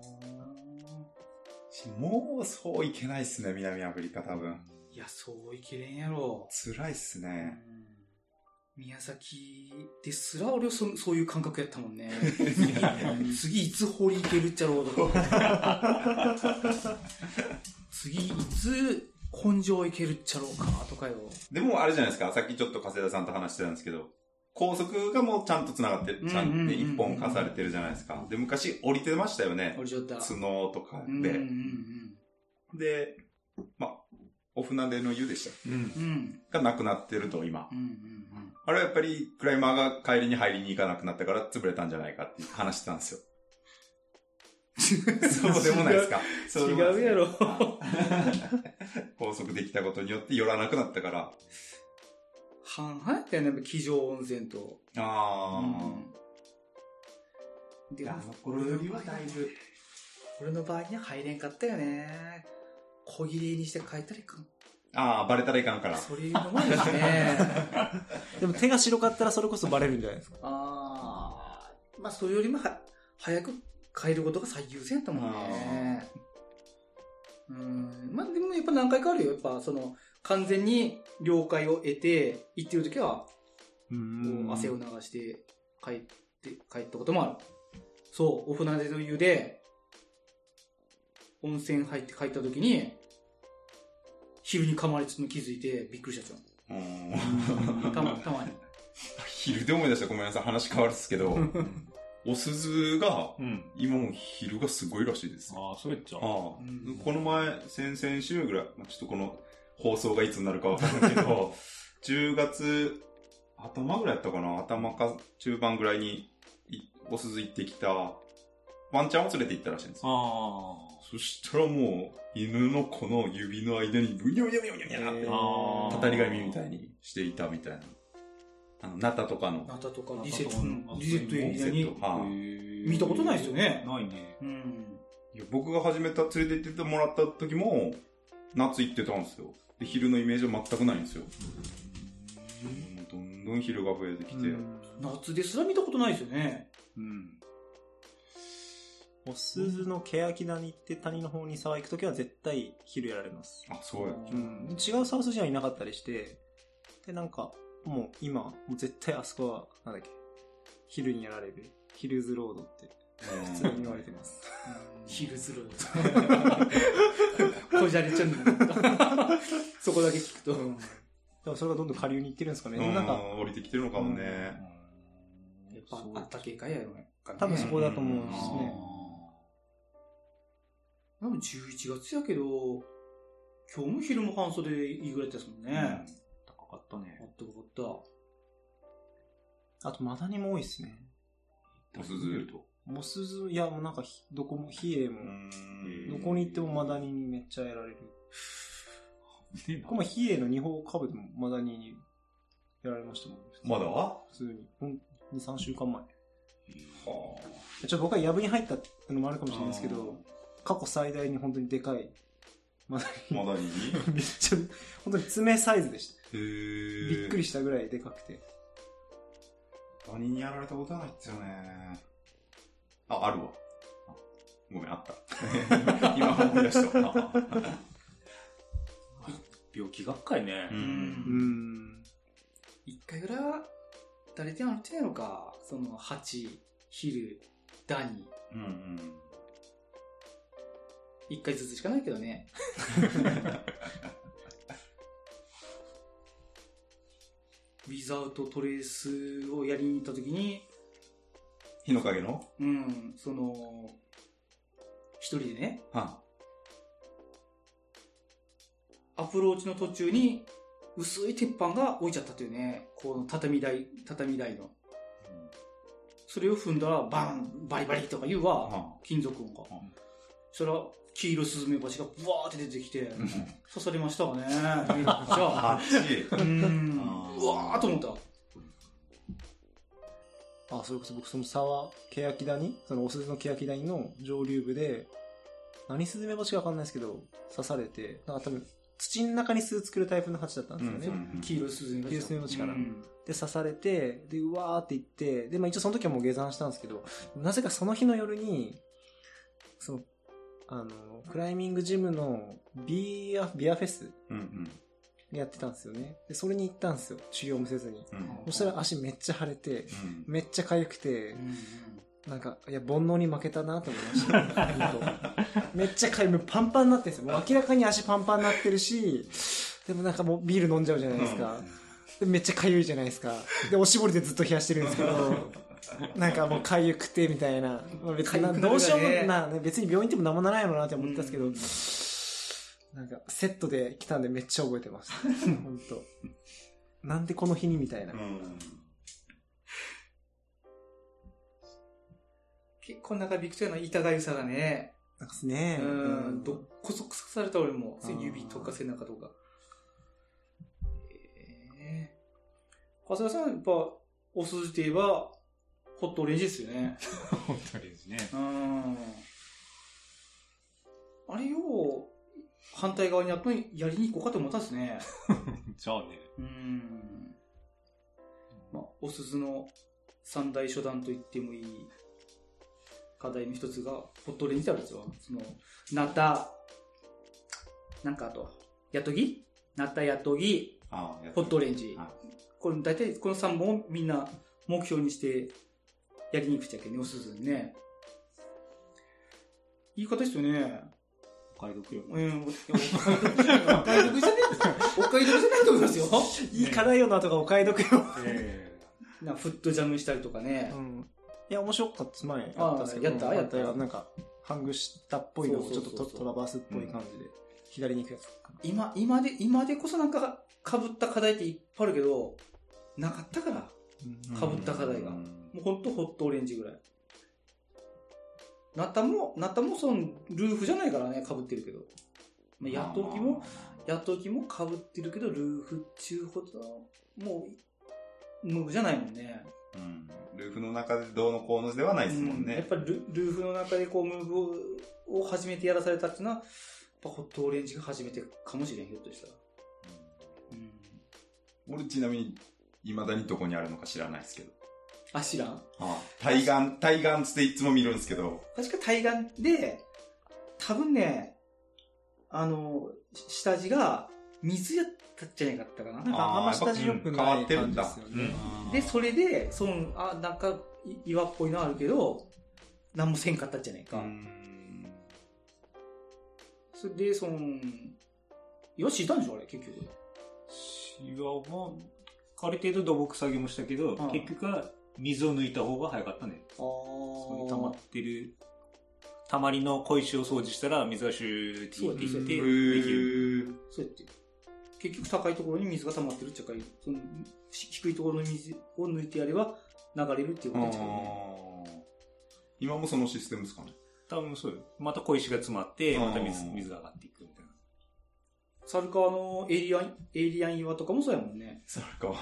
もうそういけないっすね、南アフリカ多分。 いや、そういけれんやろ。 辛いっすね。 宮崎ですら俺はそういう感覚やったもんね。次いつ掘り行けるっちゃろうとか。次いつ根性行けるっちゃろうかとかよ。 でもあれじゃないですか、さっきちょっと加瀬田さんと話してたんですけど、高速がもうちゃんと繋がって、ちゃんと一本化されてるじゃないですか。で、昔降りてましたよね。 降りちゃった。 角とかで。で、お船出の湯でした。がなくなってると、今。 あれはやっぱりクライマーが帰りに入りに行かなくなったから潰れたんじゃないかって話してたんですよ。そうでもないですか。 違うやろ。 高速できたことによって寄らなくなったから。 半々やったよね、やっぱ机上温泉と。 で、あの頃よりはだいぶ。 俺の場合には入れんかったよね。小切れにして書いたらいかん。 バレたらいかんから。 それいうのもあるしね。 でも手が白かったらそれこそバレるんじゃないですか。 まあそれよりも早く帰ることが最優先だもんね。まあでもやっぱ何回かあるよ。やっぱその完全に了解を得て行ってる時は汗を流して帰ったこともある。そう、お船出と湯で温泉入って帰った時に昼に噛まれつつの気づいてびっくりしちゃった。たまに。 昼で思い出した。ごめんなさい、話変わるんですけど。お鈴が、今も昼がすごいらしいです。 そうやっちゃう。 この前、先々週ぐらい、ちょっとこの放送がいつになるかわかんないけど、10月頭ぐらいやったかな、頭か中盤ぐらいにお鈴行ってきた、ワンちゃんを連れて行ったらしいんですよ。そしたらもう、犬のこの指の間にブニャブニャブニャブニャって、たたり紙みたいにしていたみたいな。ナタとかの。 ナタとか、リセットエリアに。見たことないですよね。 ないね。 いや僕が連れて行ってもらった時も、夏行ってたんですよ。で、昼のイメージは全くないんですよ。どんどん昼が増えてきて。 夏ですら見たことないですよね。 お鈴の欅谷って谷の方に沢行くときは絶対昼やられます。 そうや。 違う沢筋はいなかったりして、で、なんか、もう今、もう絶対あそこは、なんだっけ、昼にやられる、ヒルズロードって、普通に言われてます。 ヒルズロード。こじゃれちゃうんだ。そこだけ聞くと。 でもそれがどんどん下流に行ってるんですかね。 なんか降りてきてるのかもね。 やっぱあったけかやろね。 多分そこだと思うんですね。 でも11月やけど、今日も昼も半袖いいぐらいですもんね。 高かったね。 高かった。 あと、マダニも多いですね。 お鈴と。 お鈴、いや、もうなんか、どこも、比叡も、どこに行ってもマダニにめっちゃやられる。この比叡の二宝株でもマダニにやられましたもん。 まだは普通に。2、3週間前。ちょっと僕は藪に入ったのもあるかもしれないですけど、過去最大に本当にでかいマダニにめっちゃ本当に爪サイズでした。びっくりしたぐらいでかくて。 マダニにやられたことはないっすよね。あるわ。ごめん、あった。今思い出した。 病気がっかいね。 一回ぐらいは誰でもあるんじゃないのか。そのハチ、ヒル、ダニ。一回ずつしかないけどね。ウィザウトトレースをやりに行った時に、 日の影のその、一人でね、アプローチの途中に薄い鉄板が置いちゃったというね、この畳台の。それを踏んだらバン、バリバリとか言うわ、金属音が。そしたら、黄色スズメバチがブワーって出てきて、刺されましたわね。めっちゃ。うわーと思った。 それこそ僕その沢、欅谷、そのお鈴の欅谷の上流部で、何スズメバチかわかんないですけど、刺されて、なんか多分、土の中に巣作るタイプのハチだったんですよね。 黄色いスズメバチ。 黄色いスズメバチから。で、刺されて、で、うわーって言って、で、一応その時はもう下山したんですけど、なぜかその日の夜に、その、クライミングジムのビアフェスやってたんですよね。で、それに行ったんですよ。修行もせずに。そしたら足めっちゃ腫れて、めっちゃ痒くて、なんか、いや、煩悩に負けたなと思いました。めっちゃ痒い、パンパンになってるんですよ。もう明らかに足パンパンになってるし、でもなんかもうビール飲んじゃうじゃないですか。でめっちゃ痒いじゃないですか。で、おしぼりでずっと冷やしてるんですけど、なんかもう痒くてみたいな。別にどうしようもな、別に病院行っても何もならないのなって思ってたんですけど、なんかセットで来たんでめっちゃ覚えてます。本当。 なんでこの日にみたいな。 結構長引くというのは痛がゆさがね。 なんかですね。 どっこそくされた俺も。指とか背中とか。長谷川さん、やっぱ、お筋といえば、ホットオレンジですよね。 ホットオレンジね。 あれよ、反対側にあったのにやりに行こうかと思ったんですね。 じゃあね。 まあ、お鈴の三大初段と言ってもいい課題の一つが、ホットオレンジであるんですよ。その、ナタ、なんかあと、ヤトギナタヤトギ、ホットオレンジ。これ大体この3本をみんな目標にしてやりに行くちゃけね、おすずにね。いい方ですよね。 お買い得よ。 お買い得じゃない。お買い得じゃないと思いますよ。 いい課題よなとかお買い得よ。 なんかフットジャムしたりとかね。 いや、面白かったです。前やったんですけど。 やった。 なんか、ハングしたっぽいのをちょっとトラバースっぽい感じで、左に行くやつ。 今でこそなんか被った課題っていっぱいあるけど、なかったから。被った課題が。もうほんとホットオレンジぐらい。ナタもそのルーフじゃないからね、被ってるけど。まあ、ヤトギも被ってるけど、ルーフ中ほど、もう、ムーブじゃないもんね。 ルーフの中でどうのこうのではないですもんね。 やっぱりルーフの中でこう、ムーブを初めてやらされたっていうのは、やっぱホットオレンジが初めてかもしれん、ひょっとしたら。 俺ちなみに、未だにどこにあるのか知らないですけど。 あ、知らん？ 対岸つっていつも見るんですけど。 確か対岸で、多分ね、下地が水やったんじゃないかったかな。 なんかあんま下地良くない感じですよね。 で、それで、なんか岩っぽいのあるけど、何もせんかったんじゃないか。それで、岩敷いたんでしょあれ、結局。 岩も、ある程度土木作業もしたけど、結局は水を抜いた方が早かったね。そこに溜まってる、溜まりの小石を掃除したら水がシューっていってできる。 そうやって。結局高いところに水が溜まってるっちゃかい、低いところの水を抜いてやれば流れるっていうことですよね。 今もそのシステムですかね。 多分そうよ。また小石が詰まって、また水が上がっていくみたいな。 猿川のエイリアン岩とかもそうやもんね。 猿川。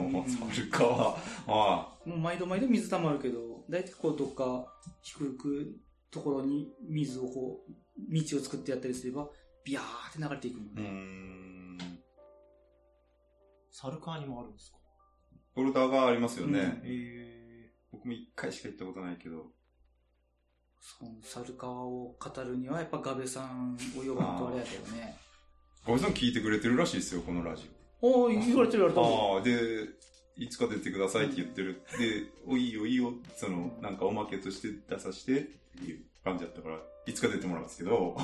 もう毎度水溜まるけど、だいたいこうどっか低くところに水をこう、道を作ってやったりすれば、ビヤーって流れていくもんね。 猿川にもあるんですか？ ボルダーがありますよね。僕も一回しか行ったことないけど。 猿川を語るにはやっぱガベさんを呼ばんとあれやけどね。 ガベさん聞いてくれてるらしいですよ、このラジオ。 言われてる。 で、いつか出てくださいって言ってる。で、いいよ、なんかおまけとして出させてっていう感じだったから、いつか出てもらうんですけど。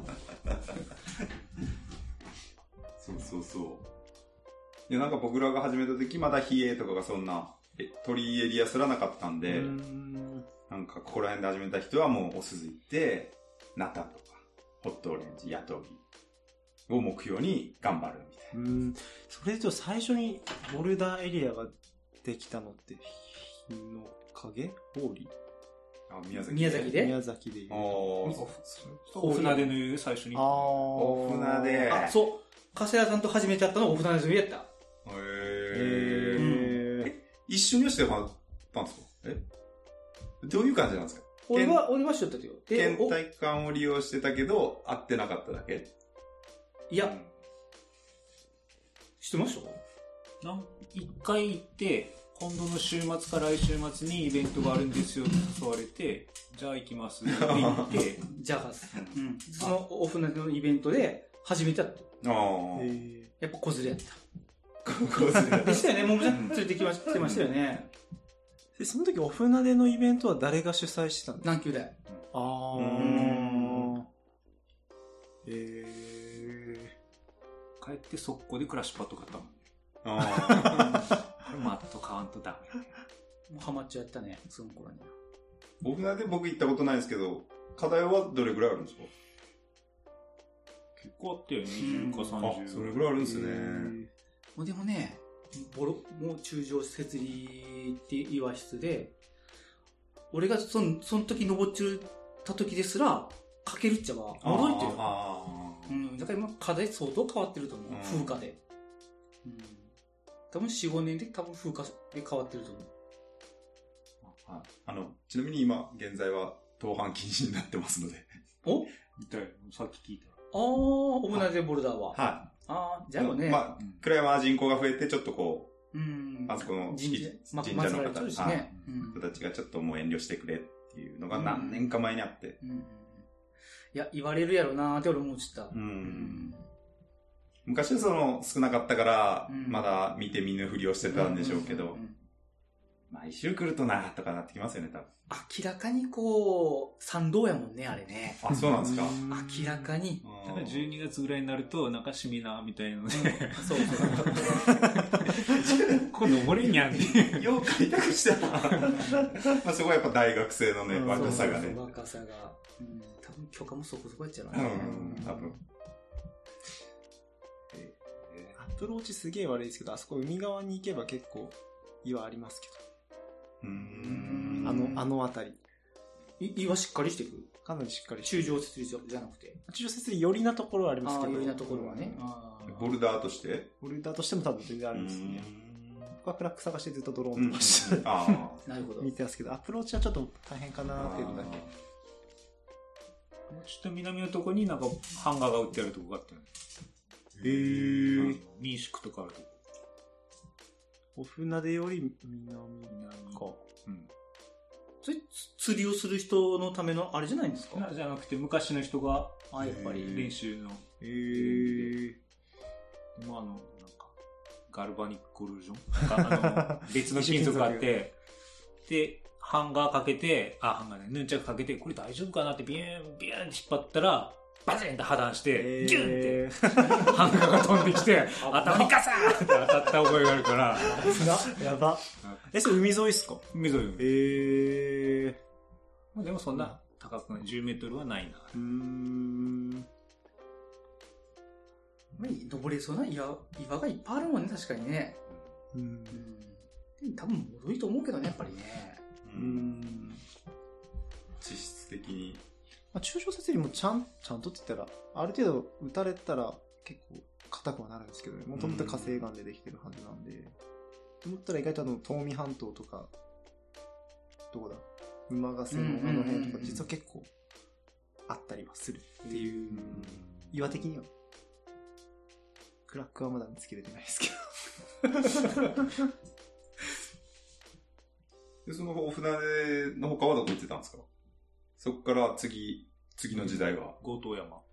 そう。で、なんか僕らが始めた時、まだ冷えとかがそんな、鳥エリアすらなかったんで、なんかここら辺で始めた人はもうお鈴行って、ナタとか、ホットオレンジ、ヤトギを目標に頑張るみたいな。 それと最初にボルダーエリアができたのって、日の影？氷？ 宮崎で言うと。 お船での湯最初に。 お船で。 そう。加瀬谷さんと初めてやったのお船での湯やった。 一緒にしてはったんですか？どういう感じなんですか？ 俺はしとったけど。 県体育館を利用してたけど、会ってなかっただけ？ いや。知ってました？ 一回行って、今度の週末から来週末にイベントがあるんですよって誘われて、じゃあ行きますって言って、 じゃあ、そのお船のイベントで初めてやった。やっぱ子連れやった。でしたよね、ももちゃん連れてきましたよね。 で、その時お船でのイベントは誰が主催してたんですか？ 南球大。 帰って速攻でクラッシュパッド買ったもんね。マット買わんとダメ。 もうハマっちゃったね、その頃に。 お船で僕行ったことないんですけど、課題はどれぐらいあるんですか？ 結構あったよ、20か30。 それぐらいあるんですね。 でもね、 もう中上設理って岩質で、俺がその時登っちゅった時ですら、かけるっちゃは、驚いてる。だから今、課題相当変わってると思う。風化で。多分4、5年で多分風化で変わってると思う。 ちなみに今、現在は、登板禁止になってますので。 おみたい。さっき聞いた。 オブナゼボルダーは。 はい。 じゃあね。 まあ、倉山は人口が増えて、ちょっとこう、あそこの神社の方、人たちがちょっともう遠慮してくれっていうのが何年か前にあって。 いや、言われるやろなーって俺思っちゃった。 昔は少なかったから、まだ見て見ぬふりをしてたんでしょうけど、毎週来るとな、とかなってきますよね、多分。 明らかにこう、参道やもんね、あれね。 あ、そうなんですか。 明らかに。 だから12月ぐらいになると、中しみな、みたいなので。 そう。 今度俺にゃんってよう開拓したな。まあそこはやっぱ大学生のね、若さがね。 若さが。多分許可もそこそこやっちゃうな。 多分。 アプローチすげえ悪いですけど、あそこ海側に行けば結構岩ありますけど。あの辺り。岩しっかりしていく？ かなりしっかり。 中上設理じゃなくて。 中上設理寄りなところはありますけど。 寄りなところはね。 ボルダーとしてボルダーとしても多分全然あるんですね。僕はクラック探してずっとドローンとかして、 なるほど。 見てますけど、アプローチはちょっと大変かなっていうのだけ。 ちょっと南のとこになんかハンガーが売ってあるとこがあったよね。民宿とかあるとこ。 お船出より南か。 それ釣りをする人のためのあれじゃないんですか？ じゃなくて昔の人がやっぱり練習の。なんかガルバニックゴルージョン別の金属があって、でハンガーかけてハンガーねヌンチャクかけてこれ大丈夫かなってビューンって引っ張ったら。バチンって破断して、ギュンって、ハンガーが飛んできて、頭にガサーって当たった覚えがあるから。 やば。それ海沿いっすか？ 海沿い。でもそんな高くない。10メートルはないな。 登れそうな岩がいっぱいあるもんね、確かにね。多分戻りと思うけどね、やっぱりね。 実質的に。 中小設理もちゃんとって言ったら、ある程度打たれたら結構硬くはなるんですけどね。もともと火成岩でできてるはずなんで。と思ったら意外と東海半島とか、どこだ馬ヶ瀬のあの辺とか、実は結構あったりはするっていう、岩的には。クラックはまだ見つけれてないですけど。 で、そのお船出の他はどこ行ってたんですか？そこから次の時代は強盗山。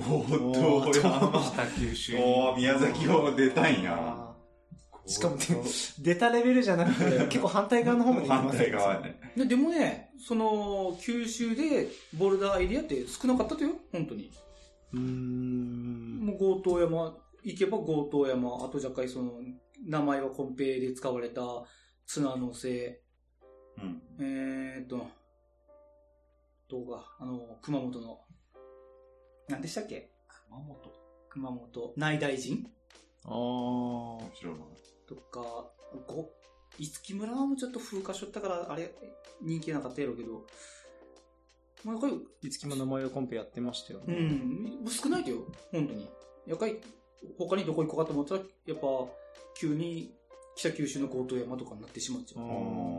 北九州。 宮崎を出たいな。 しかも出たレベルじゃなくて、結構反対側の方まで行きますね。反対側ね。 でもね、九州でボルダーエリアって少なかったとよ、本当に。もう強盗山、行けば強盗山、あとじゃかい名前はコンペで使われた綱の瀬、動画、熊本の、何でしたっけ？熊本。内大臣？ 知らない。 とか、五木村はもうちょっと風化しとったから、あれ、人気なかったやろうけど、まあ、 五木村の名前をコンペやってましたよね。 少ないとよ、本当に。やっぱり、他にどこ行こうかと思ったら、やっぱ、急に北九州の強盗山とかになってしまっちゃう。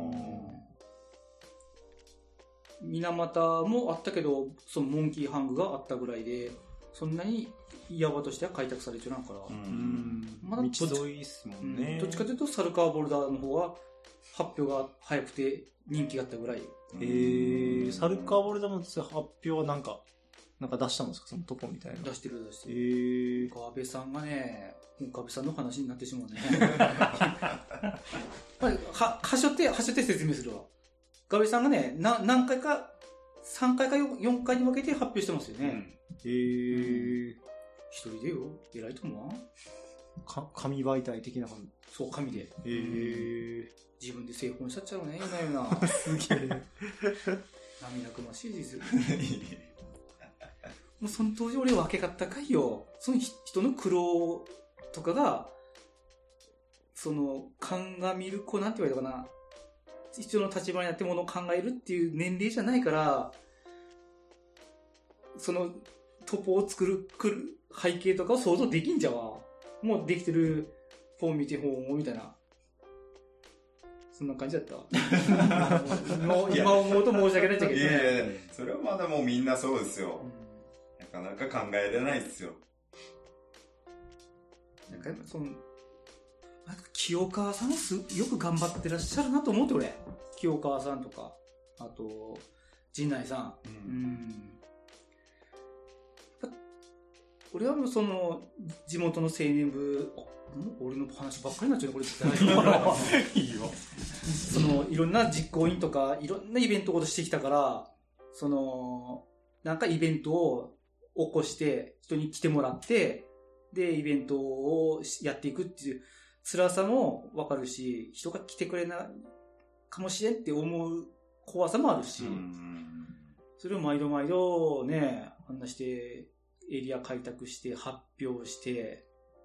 水俣もあったけど、そのモンキーハングがあったぐらいで、そんなに岩場としては開拓されちゃうから。 まだ道沿いっすもんね。 どっちかというと、猿川ボルダーの方は発表が早くて人気があったぐらい。 猿川ボルダーの発表はなんか出したんですか？そのとこみたいな。 出してる。岡部さんがね、岡部さんの話になってしまうね。はしょって説明するわ。岡部さんがね、何回か、3回か4回に分けて発表してますよね。一人でよ。偉いと思うわ。 紙媒体的な感じ。 そう、紙で。自分で製本しちゃっちゃうね、夜な夜な。 すげえ。 涙ぐましいですよ。もうその当時俺は分け方かいよ。その人の苦労とかが、 鑑みる子なんて言われたかな。一応の立場になってものを考えるっていう年齢じゃないから、トポを作る背景とかを想像できんじゃわ。もうできてる本見て本をみたいな。そんな感じだった。今思うと申し訳ないんだけどね。 いやいや、それはまだもうみんなそうですよ。なかなか考えれないですよ。 なんかやっぱ清川さんよく頑張ってらっしゃるなと思って俺。清川さんとか、あと、陣内さん。俺はもう地元の青年部、俺の話ばっかりになっちゃうね、これ絶対。いいよ。いろんな実行委員とか、いろんなイベントをしてきたから、なんかイベントを起こして、人に来てもらって、で、イベントをやっていくっていう辛さもわかるし、人が来てくれないかもしれんって思う怖さもあるし、それを毎度毎度ね、あんなして、エリア開拓して発表して、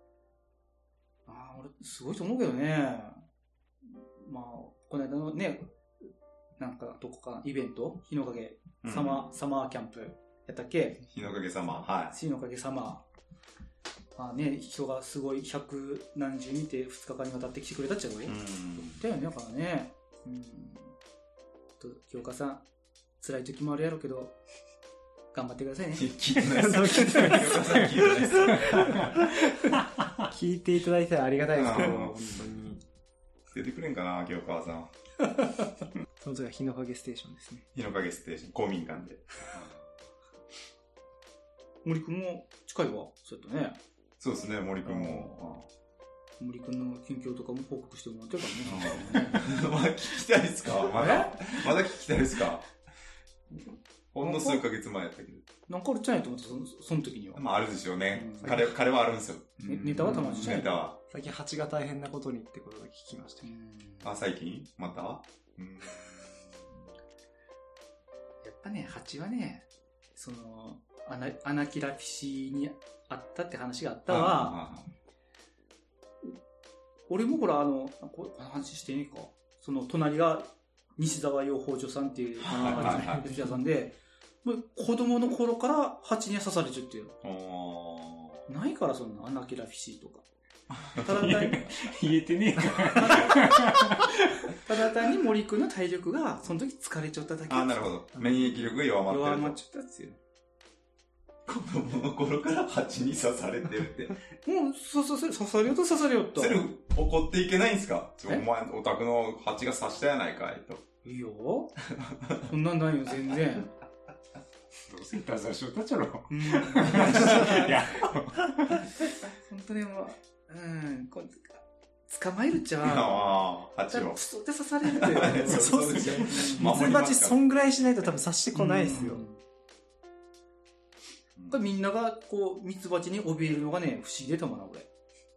俺すごいと思うけどね。まあこの間のね、なんかどこかイベント、日の影サマーキャンプやったっけ？ 日の影サマー、はい。 日の影サマー。まあね、人がすごい百何十人いて2日間にわたって来てくれたっちゃうよ。だよね、だからね。清川さん、辛い時もあるやろうけど。頑張ってくださいね。 聞いていただいたらありがたいですけど、本当に。 出てくれんかな、清川さん。 その次は日の影ステーションですね。 日の影ステーション、公民館で。 森くんも近いわ、そうやったね。 そうですね、森くんも。 森くんの近況とかも報告してもらってるからね。 まだ聞きたいですか？まだ聞きたいですか？ほんの数ヶ月前やったけど。 なんかあるっちゃないと思った、その時には。 まああるでしょうね。彼はあるんですよ。 ネタはたまにしない。 ネタは。 最近蜂が大変なことにってことが聞きました。 最近またやっぱね、蜂はね、アナキラフィシにあったって話があったわ。俺もほら、この話していいか。隣が西沢養蜂所さんっていう、吉田さんで、もう子供の頃から蜂には刺されちゃってる。ないからそんなアナキラフィシーとか。ただ単に言えてねえか。 ただ単に森くんの体力がその時疲れちゃっただけ。 なるほど。免疫力が弱まってる。 弱まっちゃったんですよ。 子供の頃から蜂に刺されてるって。 もう、刺されようと刺されようと。 それ怒っていけないんですか？お前、お宅の蜂が刺したやないかいと。 いいよ。そんなんないよ、全然。 どうせいたずらしよったっちゃろ。いや。 本当にもう、捕まえるっちゃ。 蜂を。 クソで刺されるって。 そうですよ。ミツバチそんぐらいしないと多分刺してこないですよ。 みんながミツバチに怯えるのがね、不思議でたまらん、俺。 ミ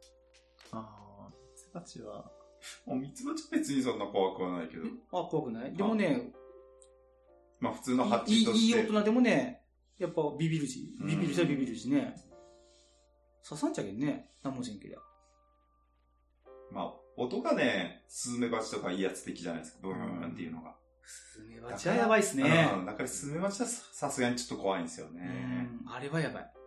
ツバチは。 ミツバチ別にそんな怖くはないけど。 怖くない？でもね、 まあ普通の蜂として。 いい大人でもね、やっぱビビるしね。刺さんちゃけんね。なんもせんけりゃ。 まあ、音がね、スズメバチとか威圧的じゃないですか。どういうのっていうのが。 スズメバチはやばいっすね。 だからスズメバチはさすがにちょっと怖いんですよね。 あれはやばい。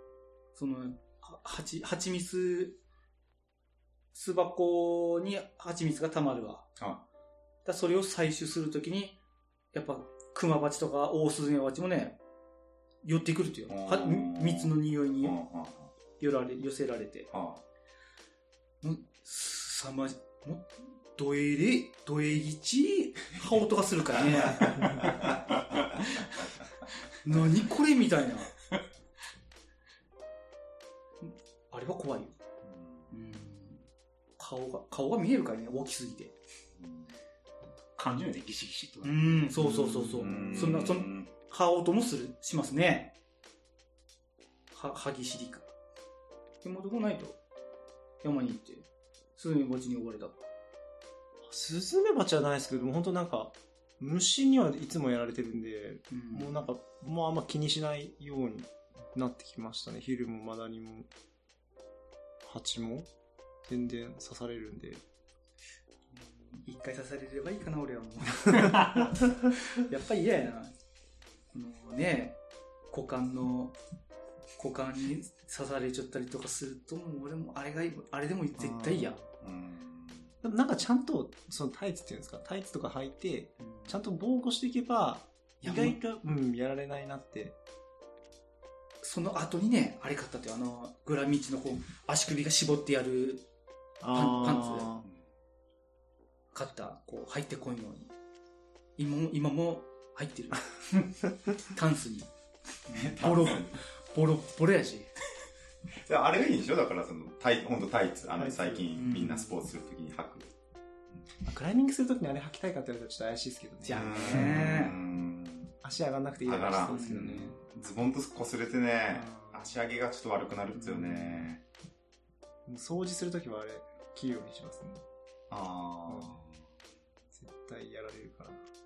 蜂蜜、巣箱に蜂蜜が溜まるわ。だそれを採取するときに、やっぱ、クマバチとかオオスズメバチもね、寄ってくるってよ。蜜の匂いに寄せられて。ドエギチ羽音がするからね。何これみたいな。あれは怖いよ。顔が見えるからね、大きすぎて。 感情でギシギシと。 そう。そんな、羽音もしますね。歯ぎしりか。でもどこないと。山に行って、スズメバチに追われた。 スズメバチはないですけど、本当なんか、虫にはいつもやられてるんで、もうなんか、もうあんま気にしないようになってきましたね。ヒルもマダニも、蜂も、全然刺されるんで。 回刺されればいいかな、俺はもう。やっぱり嫌やな。このね、股間に刺されちゃったりとかすると、もう俺もあれでも絶対嫌。 なんかちゃんと、そのタイツっていうんですか、タイツとか履いて、ちゃんと防護していけば、意外と、やられないなって。 その後にね、あれ買ったってグラミッチの足首が絞ってやるパンツ買った。入ってこんように。今も入ってる。タンスに。ボロやし。 あれがいいんでしょ？だからほんとタイツ、最近みんなスポーツするときに履く。 クライミングするときにあれ履きたいかって言われたらちょっと怪しいですけどね。 じゃあね。 足上がんなくていいらしいですけどね。 ズボンと擦れてね、足上げがちょっと悪くなるっつよね。 掃除するときはあれ、切るようにしますね。絶対やられるから。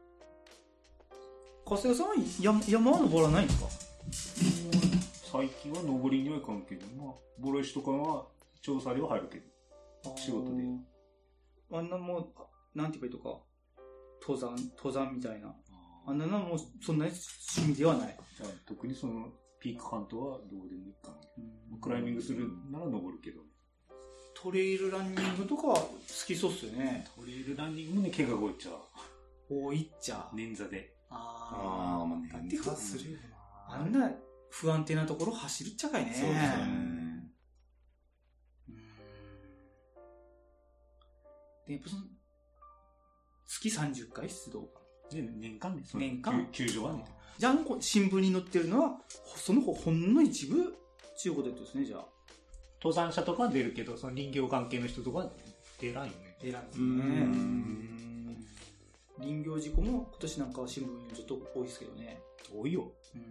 加瀬さんは山は登らないんですか？ 最近は登りにはいかんけど、ボロ石とかは調査では入るけど、仕事で。 あんなもう、なんて言えばいいとか、登山みたいな。あんなのもそんなに趣味ではない。 特にその、ピークハントはどうでもいいかな。クライミングするなら登るけど。 トレイルランニングとか好きそうっすよね。 トレイルランニングもね、怪我が多いっちゃう。 多いっちゃう。 捻挫で。 捻挫するよな。あんな不安定なところ走るっちゃかいね。 そうですね。 で、やっぱ月30回出動か。 年間ね。 年間球場はね。 じゃあ、新聞に載ってるのは、そのほんの一部、中古でですね、じゃあ。 登山者とかは出るけど、その林業関係の人とかは出らんよね。 出らんですね。林業事故も今年なんかは新聞にちょっと多いですけどね。 多いよ。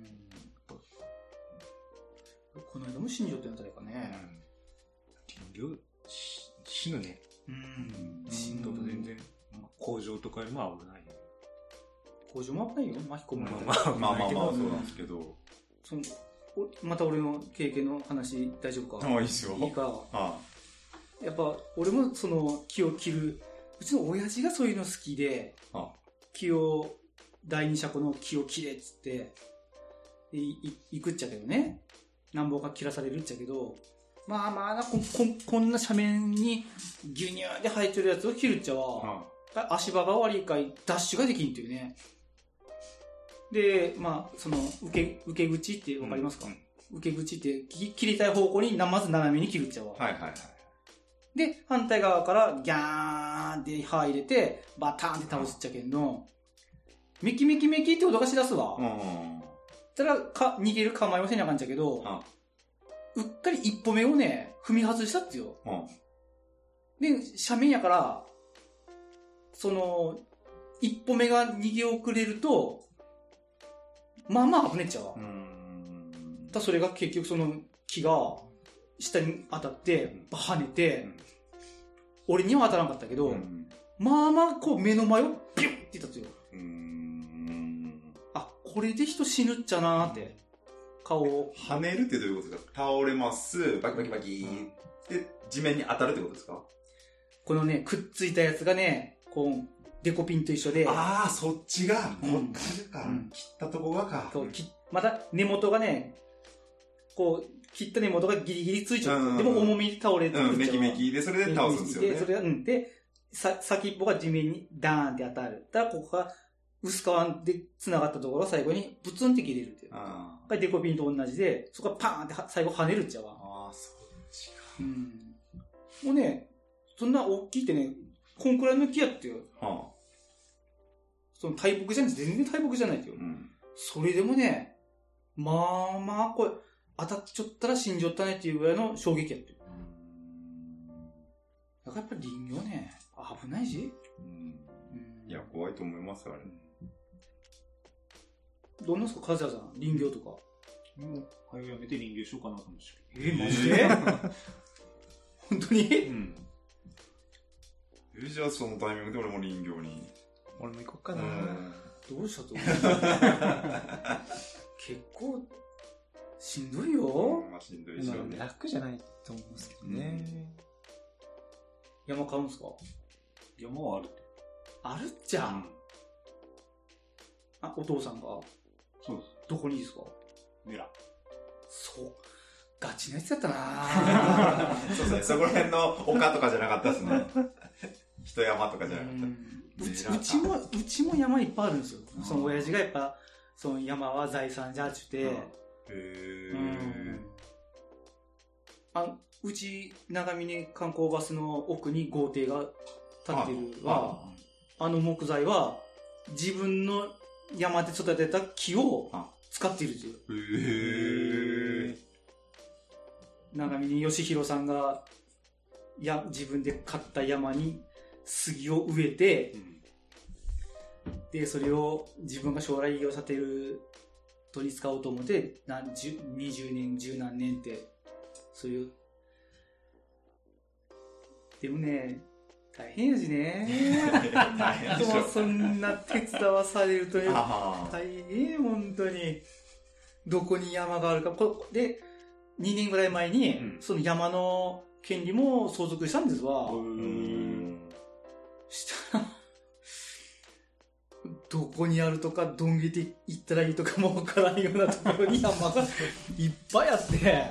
この間も新庄ってなったらいいかね。 林業、死ぬね。死ぬと全然、工場とかよりも危ない。 工場も危ないよ、巻き込まれたり。 まあそうなんですけど。 また俺の経験の話大丈夫か？ いいっすよ。 いいか。やっぱ俺もその木を切る、うちの親父がそういうの好きで、第二車庫の木を切れっつって、行くっちゃけどね。なんぼか切らされるっちゃけど、こんな斜面にギュニューで生えてるやつを切るっちゃは、足場が悪いかいダッシュができんっていうね。で、その受け口ってわかりますか？受け口って切りたい方向にまず斜めに切るっちゃわ。で、反対側からギャーンって刃入れて、バターンって倒すっちゃけんの、メキメキメキって音がしだすわ。たら逃げる構えをせなあかんちゃけど、うっかり一歩目をね、踏み外したっつよ。で、斜面やから、その、一歩目が逃げ遅れると、危ねっちゃうわ。それが結局その木が下に当たって、跳ねて、俺には当たらなかったけど、目の前をピュッっていったっつよ。これで人死ぬっちゃなーって。顔を。 跳ねるってどういうことですか？倒れます。バキバキバキで、地面に当たるってことですか？ このね、くっついたやつがね、デコピンと一緒で。 そっちが、こっからか。切ったとこがか。 また根元がね、切った根元がギリギリついちゃう。でも重みで倒れてメキメキで、それで倒すんですよね。 それで、先っぽが地面にダーンって当たる。ここが薄皮で繋がったところが最後にブツンって切れるっていう。デコピンと同じで、そこがパーンって最後跳ねるっちゃわ。 そう違う。もうね、そんな大きいってね、こんくらいの木やってよ。その大木じゃない、全然大木じゃないってよ。それでもね、これ、当たっちゃったら死んじゃったねっていうぐらいの衝撃やってる。だからやっぱり林業ね、危ないし。 いや、怖いと思います、あれ。 どんなんですか、カズヤさん、林業とか。 もう、早くやめて林業しようかなと思って。 マジで本当に？ じゃあそのタイミングで俺も林業に。 俺も行こっかな。 どうしたと思う？結構、しんどいよ。 しんどいしょね。 楽じゃないと思うんですけどね。 山買うんすか？ 山はあるって。 あるっちゃ。お父さんがそうです。 どこにですか？ 村。 そう。ガチなやつだったなそうですね。そこら辺の丘とかじゃなかったですね。人山とかじゃなかった。 うちも山いっぱいあるんですよ。その親父がやっぱ、その山は財産じゃって言って。うち、長峰観光バスの奥に豪邸が建ってるは、木材は自分の山で育てた木を使っているんですよ。長峰義弘さんが自分で買った山に杉を植えて、でそれを自分が将来を立てるとに使おうと思って20年十何年ってそういうでもね大変やしねでもそんな手伝わされるという大変本当にどこに山があるかで2年ぐらい前に、その山の権利も相続したんですわ。したらどこにあるとかどんげて行ったらいいとかもわからんようなところに山がいっぱいあって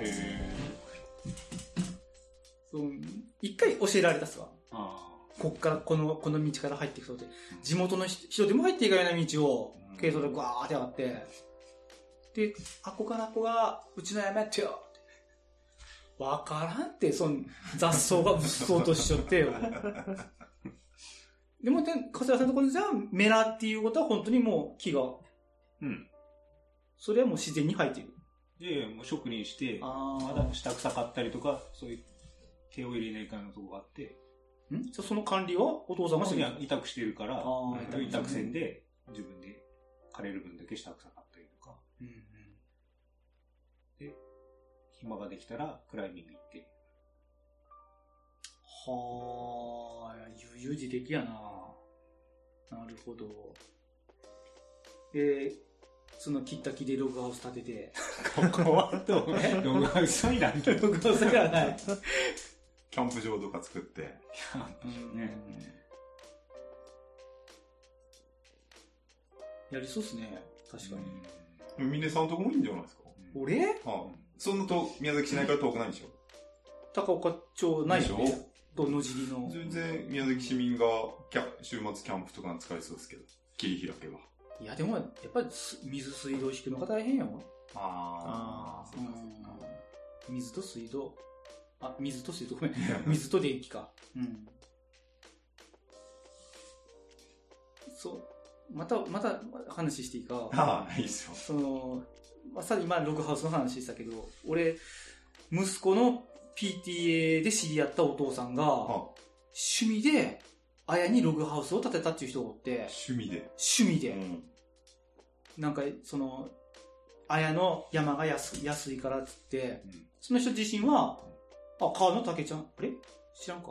一回教えられたっすわ。こっからこの道から入っていくとって地元の人でも入っていかない道を軽装でガーって上がってでここからここがうちの山やってよわからんってその雑草がうっそうとしちゃってよでも桂さんのところじゃメラっていうことは本当にもう木がそれはもう自然に生えてる。 でもう職人してまだ下草買ったりとかそういう手を入れないかんのとこがあってじゃあその管理はお父さんが委託してるから委託船で自分で枯れる分だけ下草買ったりとか、で暇ができたらクライミング行ってはあ悠々自適やな。なるほど。その切った木でログハウス建ててここはログハウスになるログハウスがないキャンプ場とか作って。 やりそうっすね。確かに。峰さんとこもいいんじゃないですか。 俺？ そんなと宮崎市内から遠くないでしょ。 高岡町ないでしょ。と野尻の。 全然宮崎市民が週末キャンプとかに使えそうですけど。切り開けば。 いやでもやっぱり水水道引くのが大変よ。水と水道。水と水道ごめん。水と電気か。また話していいか。 いいっすよ。 今ログハウスの話したけど、俺息子の PTA で知り合ったお父さんが趣味で綾にログハウスを建てたっていう人がおって。趣味で。なんか綾の山が安いからっつって、その人自身は川野武ちゃんあれ知らんか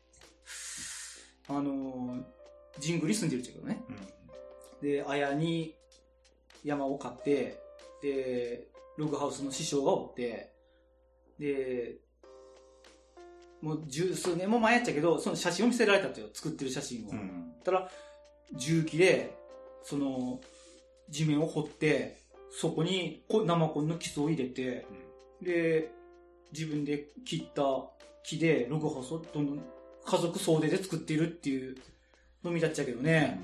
神宮に住んでるっちゃけどね、で綾に山を買ってでログハウスの師匠がおってでもう十数年も前やっちゃけどその写真を見せられたってよ作ってる写真を、たら重機でその地面を掘ってそこに生コンの基礎を入れて、で自分で切った木でログハウスをどんどん家族総出で作っているっていうの見たっちゃけどね、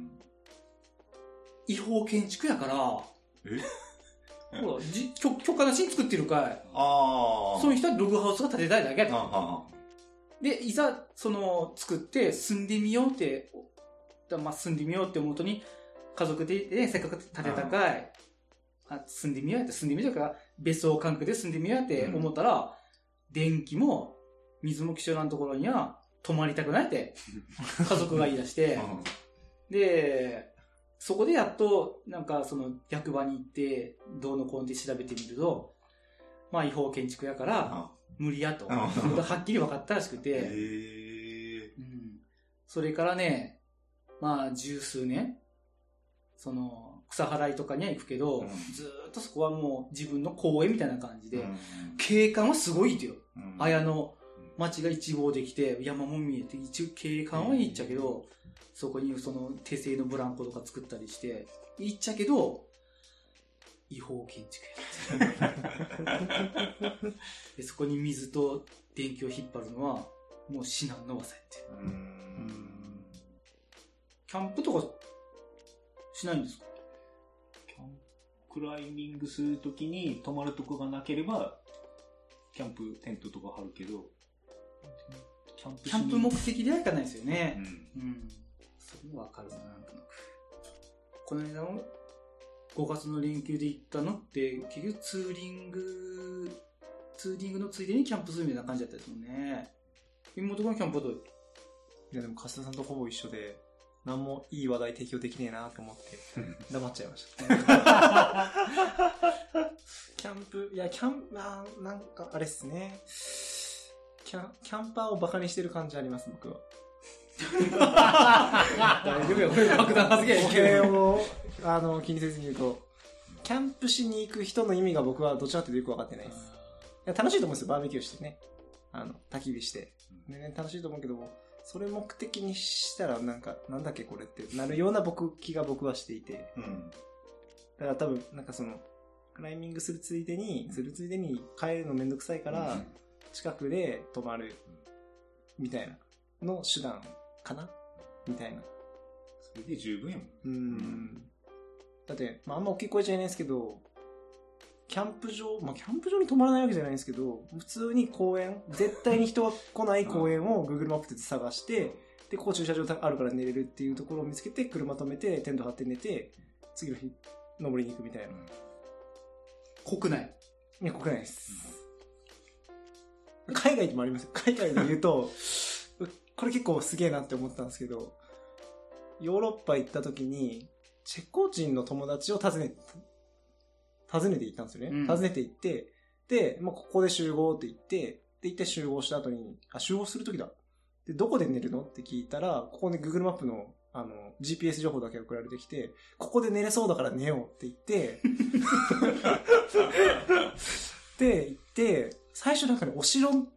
違法建築やからほら許可なしに作ってるかい。そういう人はログハウスが建てたいだけでいざ作って住んでみようって住んでみようって思うとに家族で、せっかく建てたかい住んでみようやって住んでみようか別荘感覚で住んでみようやって思ったら、電気も水も貴重なところには泊まりたくないって家族が言い出してでそこでやっとなんか役場に行ってどうのこうのって調べてみると違法建築やから無理やとはっきり分かったらしくて、それからね十数年草払いとかには行くけど、ずーっとそこはもう自分の公園みたいな感じで、景観はすごいってよ。綾の街が一望できて、山も見えて、一応景観はいいっちゃけど、そこにその手製のブランコとか作ったりして、いいっちゃけど、違法建築やでそこに水と電気を引っ張るのは、もう至難の業やって。キャンプとかしないんですか？ クライミングするときに泊まるとこがなければ、キャンプテントとか張るけど、 キャンプ目的ではいかないですよね。それもわかるな、なんとなく。この間の5月の連休で行ったのって、結局ツーリングのついでにキャンプするみたいな感じだったですもんね。妹のキャンプはどう？ いやでも、カスタさんとほぼ一緒で、何もいい話題提供できねえなと思って、黙っちゃいました。キャンプ、なんか、あれっすね。キャンパーをバカにしてる感じあります、僕は。 大丈夫よ、これ爆弾発言。 これを、気にせずに言うと、キャンプしに行く人の意味が僕はどちらかというとよくわかってないです。いや楽しいと思うんですよ、バーベキューしてね。焚き火して。ね、楽しいと思うけど、それ目的にしたらなんだっけこれってなるような気が僕はしていて。だから多分、クライミングするついでに帰るのめんどくさいから、近くで泊まる、みたいなの手段かなみたいな。 それで十分やもん。 だって、あんま大きい声じゃないんですけど、キャンプ場に泊まらないわけじゃないんですけど、普通に公園、絶対に人が来ない公園を Google マップで探して、で、ここ駐車場あるから寝れるっていうところを見つけて、車止めて、テント張って寝て、次の日、登りに行くみたいな。 国内？ いや、国内です。海外でもあります。海外で言うと、これ結構すげえなって思ったんですけど、ヨーロッパ行った時に、チェコ人の友達を訪ねて行ったんですよね。訪ねて行って、で、ここで集合って言って、で、行って集合した後に、集合する時だ。で、どこで寝るのって聞いたら、ここで Google マップの、GPS 情報だけ送られてきて、ここで寝れそうだから寝ようって言って、で、行って、最初お城の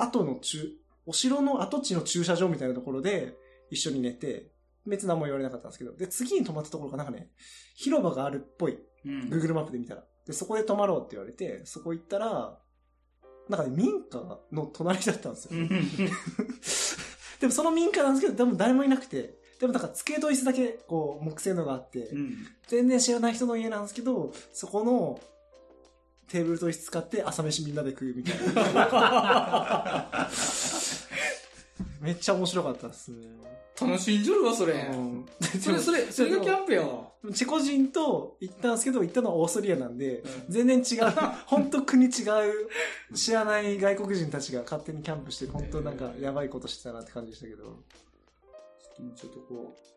跡地の駐車場みたいなところで一緒に寝て、別に何も言われなかったんですけど、で、次に泊まったところが広場があるっぽい。Google マップで見たら。で、そこで泊まろうって言われて、そこ行ったら、民家の隣だったんですよ。でもその民家なんですけど、多分誰もいなくて、でも机と椅子だけ、木製のがあって、全然知らない人の家なんですけど、そこのテーブルと椅子使って朝飯みんなで食うみたいな。めっちゃ面白かったですね。 楽しんじゃるわ、それ。それがキャンプやわ。 チェコ人と行ったんですけど、行ったのはオーストリアなんで、全然違う、本当国違う、知らない外国人たちが勝手にキャンプして、本当やばいことしてたなって感じでしたけど。 ちょっと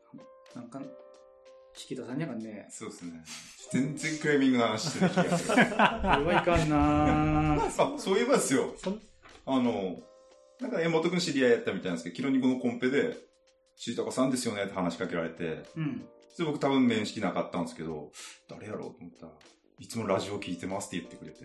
引き出さんにゃかんね。 そうですね。全然クライミングの話してる気がする。 これはいかんなそういえばですよ。妹くん知り合いやったみたいなんですけど、キロニコのコンペで、しいたかさんですよねって話しかけられて、それ僕多分面識なかったんですけど、誰やろうと思ったら、いつもラジオ聞いてますって言ってくれて。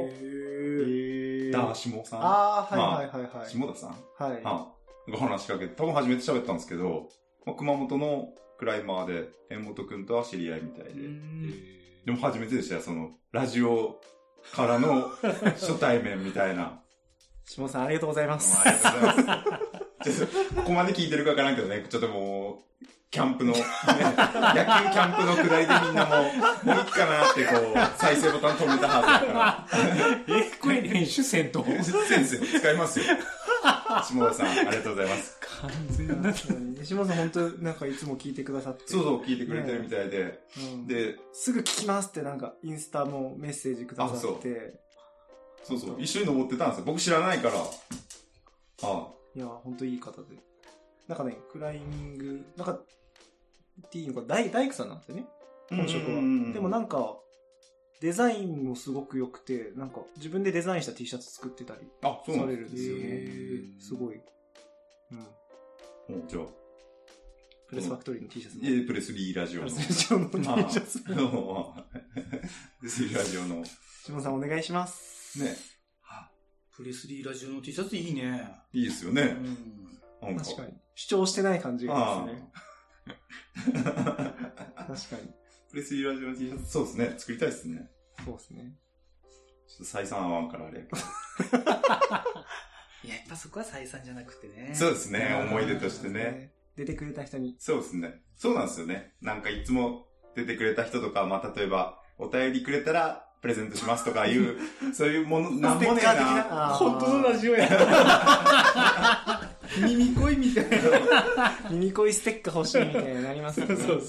ダーシモさん。下田さん。が話しかけて、多分初めて喋ったんですけど、熊本のクライマーで、妹くんとは知り合いみたいで。でも初めてでしたよ、ラジオからの初対面みたいな。 下さんありがとうございます。 ありがとうございます。ここまで聞いてるかわからんけどね、ちょっともう、キャンプの、野球キャンプのくだりでみんなもういいかなって再生ボタン止めたはずだから。 これ練習せんと先生、使いますよ。下田さん、ありがとうございます。 完全な。下田さん本当いつも聞いてくださって。 そう、聞いてくれてるみたいで。で、 すぐ聞きますってインスタもメッセージくださって。 そう、一緒に登ってたんですよ。僕知らないから。 いや、ほんといい方で。クライミング、っていいのか、大工さんなんですよね。本職は。でもデザインもすごく良くて、自分でデザインした T シャツ作ってたりされるんですよね。すごい。 じゃあ。 プレスファクトリーの T シャツ。 プレスリーラジオの。 プレスリーの T シャツ。 プレスリーラジオの。 下さんお願いします。 ね。 プレスリーラジオの T シャツいいね。 いいですよね。 確かに。主張してない感じがですね。確かに。 プレスリーラジオの T シャツ、そうですね。作りたいですね。 そうですね。 ちょっと採算合わんからあれやけど。 やっぱそこは採算じゃなくてね。 そうですね。思い出としてね。 出てくれた人に。 そうですね。そうなんですよね。なんかいつも出てくれた人とか、まあ、例えば、お便りくれたら、プレゼントしますとかいう、そういうもの、なんもねえな。 本当のラジオや。耳恋みたいな。 耳恋ステッカー欲しいみたいになりますよね。 そうそう。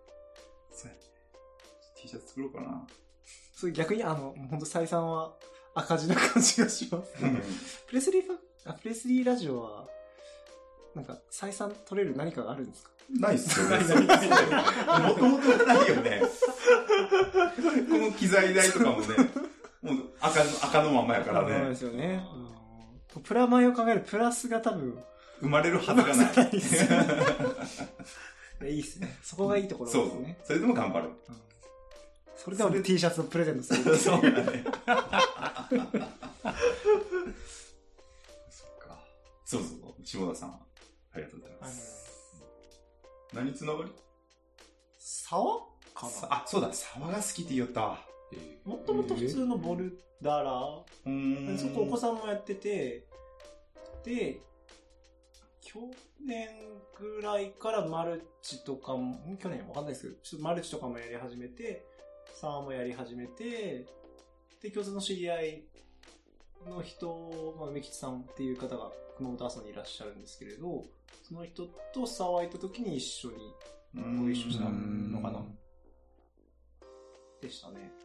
T シャツ作ろうかな。 そう逆に本当採算は赤字な感じがします、ね。プレスリーラジオは、なんか採算取れる何かがあるんですか？ ないっすよね。もともとないよね。この機材代とかもね、もう赤のままやからね。 そうですよね。プラマイを考えるプラスが多分生まれるはずがない。 いいっすね。そこがいいところですね。 そう。それでも頑張る。 それでも T シャツをプレゼントする。 そうだね。そっか。そう。下田さん、ありがとうございます。何つながり？ 沢かな？ あ、そうだ、沢が好きって言ったわ。 もともと普通のボルダラー。そこお子さんもやってて、で、去年ぐらいからマルチとかも、去年わかんないですけど、ちょっとマルチとかもやり始めて、沢もやり始めて、で、共通の知り合いの人、梅吉さんっていう方が熊本阿蘇にいらっしゃるんですけれど、その人と沢行った時に一緒にご一緒したのかなでしたね。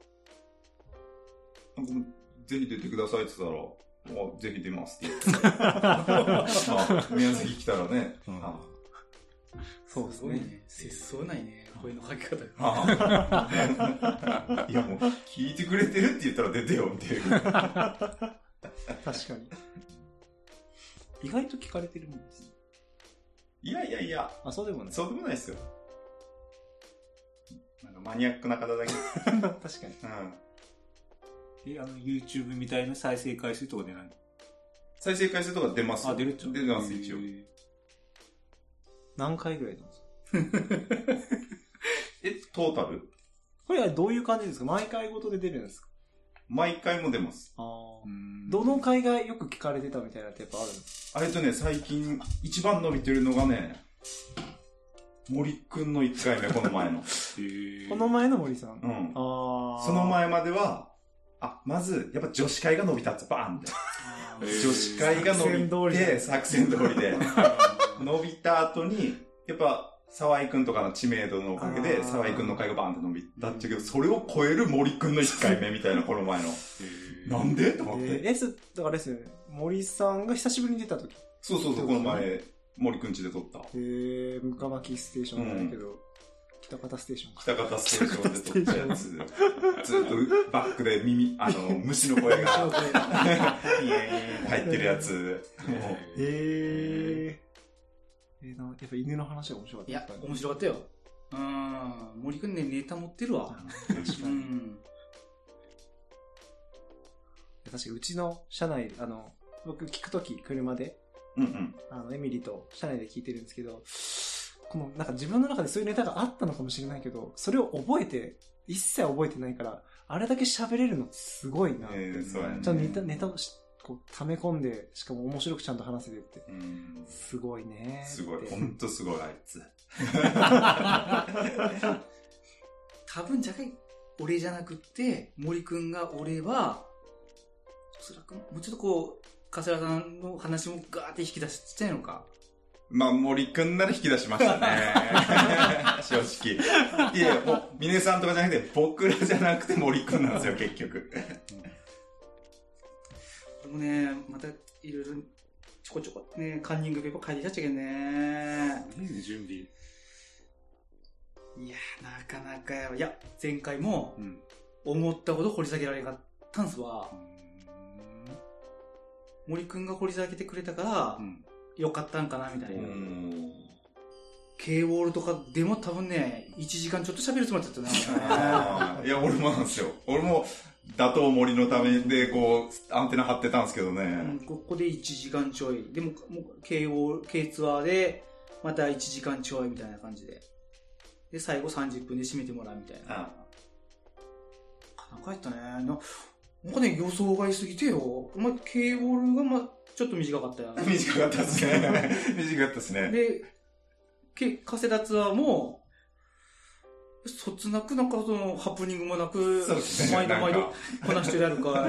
ぜひ出てくださいって言ったら、もうぜひ出ますって言って。宮崎来たらね。 そうですね。 節操ないね、声の書き方が。 いやもう、聞いてくれてるって言ったら出てよっていう。 確かに。意外と聞かれてるもんですね。 いや。 あ、そうでもない。 そうでもないですよ。なんかマニアックな方だけ。 確かに。 YouTube みたいな再生回数とか出ないの？ 再生回数とか出ますよ。 あ、出るっちゃ出ます、一応。 何回ぐらいなんですか？ トータル？ これはどういう感じですか？毎回ごとで出るんですか？ 毎回も出ます。 どの回がよく聞かれてたみたいなってやっぱあるんですか？ 最近一番伸びてるのがね、森くんの1回目、この前の。 この前の森さん。 その前までは、まず、やっぱ女子会が伸びたって、バーンって。女子会が伸びて、作戦通りで。伸びた後に、やっぱ、沢井くんとかの知名度のおかげで、沢井くんの会がバーンって伸びたってけど、それを超える森くんの1回目みたいな、この前の。なんでと思って。 だからですよね。森さんが久しぶりに出た時。 そう、この前、森くんちで撮った。 向川木ステーションなんだけど、北方ステーション。 北方ステーションで撮ったやつ。ずっとバックで虫の声が入ってるやつ。 やっぱ犬の話は面白かった。 いや、面白かったよ。森くんね、ネタ持ってるわ。 確かに。確かにうちの車内、僕聞くとき車で、エミリと車内で聞いてるんですけど、なんか自分の中でそういうネタがあったのかもしれないけど、それを一切覚えてないから、あれだけ喋れるのすごいなって。ちゃんとネタを溜め込んで、しかも面白くちゃんと話せてって。すごいね。 すごい。ほんとすごい、あいつ。 多分じゃが俺じゃなくって、森くんが俺は、おそらくもうちょっと桂さんの話もガーって引き出したいのか。 森くんなら引き出しましたね。正直。いや、もう、峰さんとかじゃなくて、僕らじゃなくて森くんなんですよ、結局。 でもね、また、いろいろ、ちょこちょこね、カンニングペーパー書いてきたっちゃけんね。 準備。 いや、なかなかいや、前回も、思ったほど掘り下げられなかったんすわ。森くんが掘り下げてくれたから、よかったんかなみたいな。 K ウォールとかでも多分ね、1時間ちょっと喋るつもりだったな。 いや、俺もなんですよ。俺も、打倒森のためで、こう、アンテナ張ってたんですけどね。 ここで1時間ちょい。でも、K ツアーで、また1時間ちょいみたいな感じで。で、最後30分で締めてもらうみたいな。なかなかやったね。なんかね、予想外すぎてよ。K ウォールが、ちょっと短かったよね。 短かったっすね。短かったっすね。 で、加世田ツアーも、そつなくなんかそのハプニングもなく、毎度毎度こなしてやるから、あ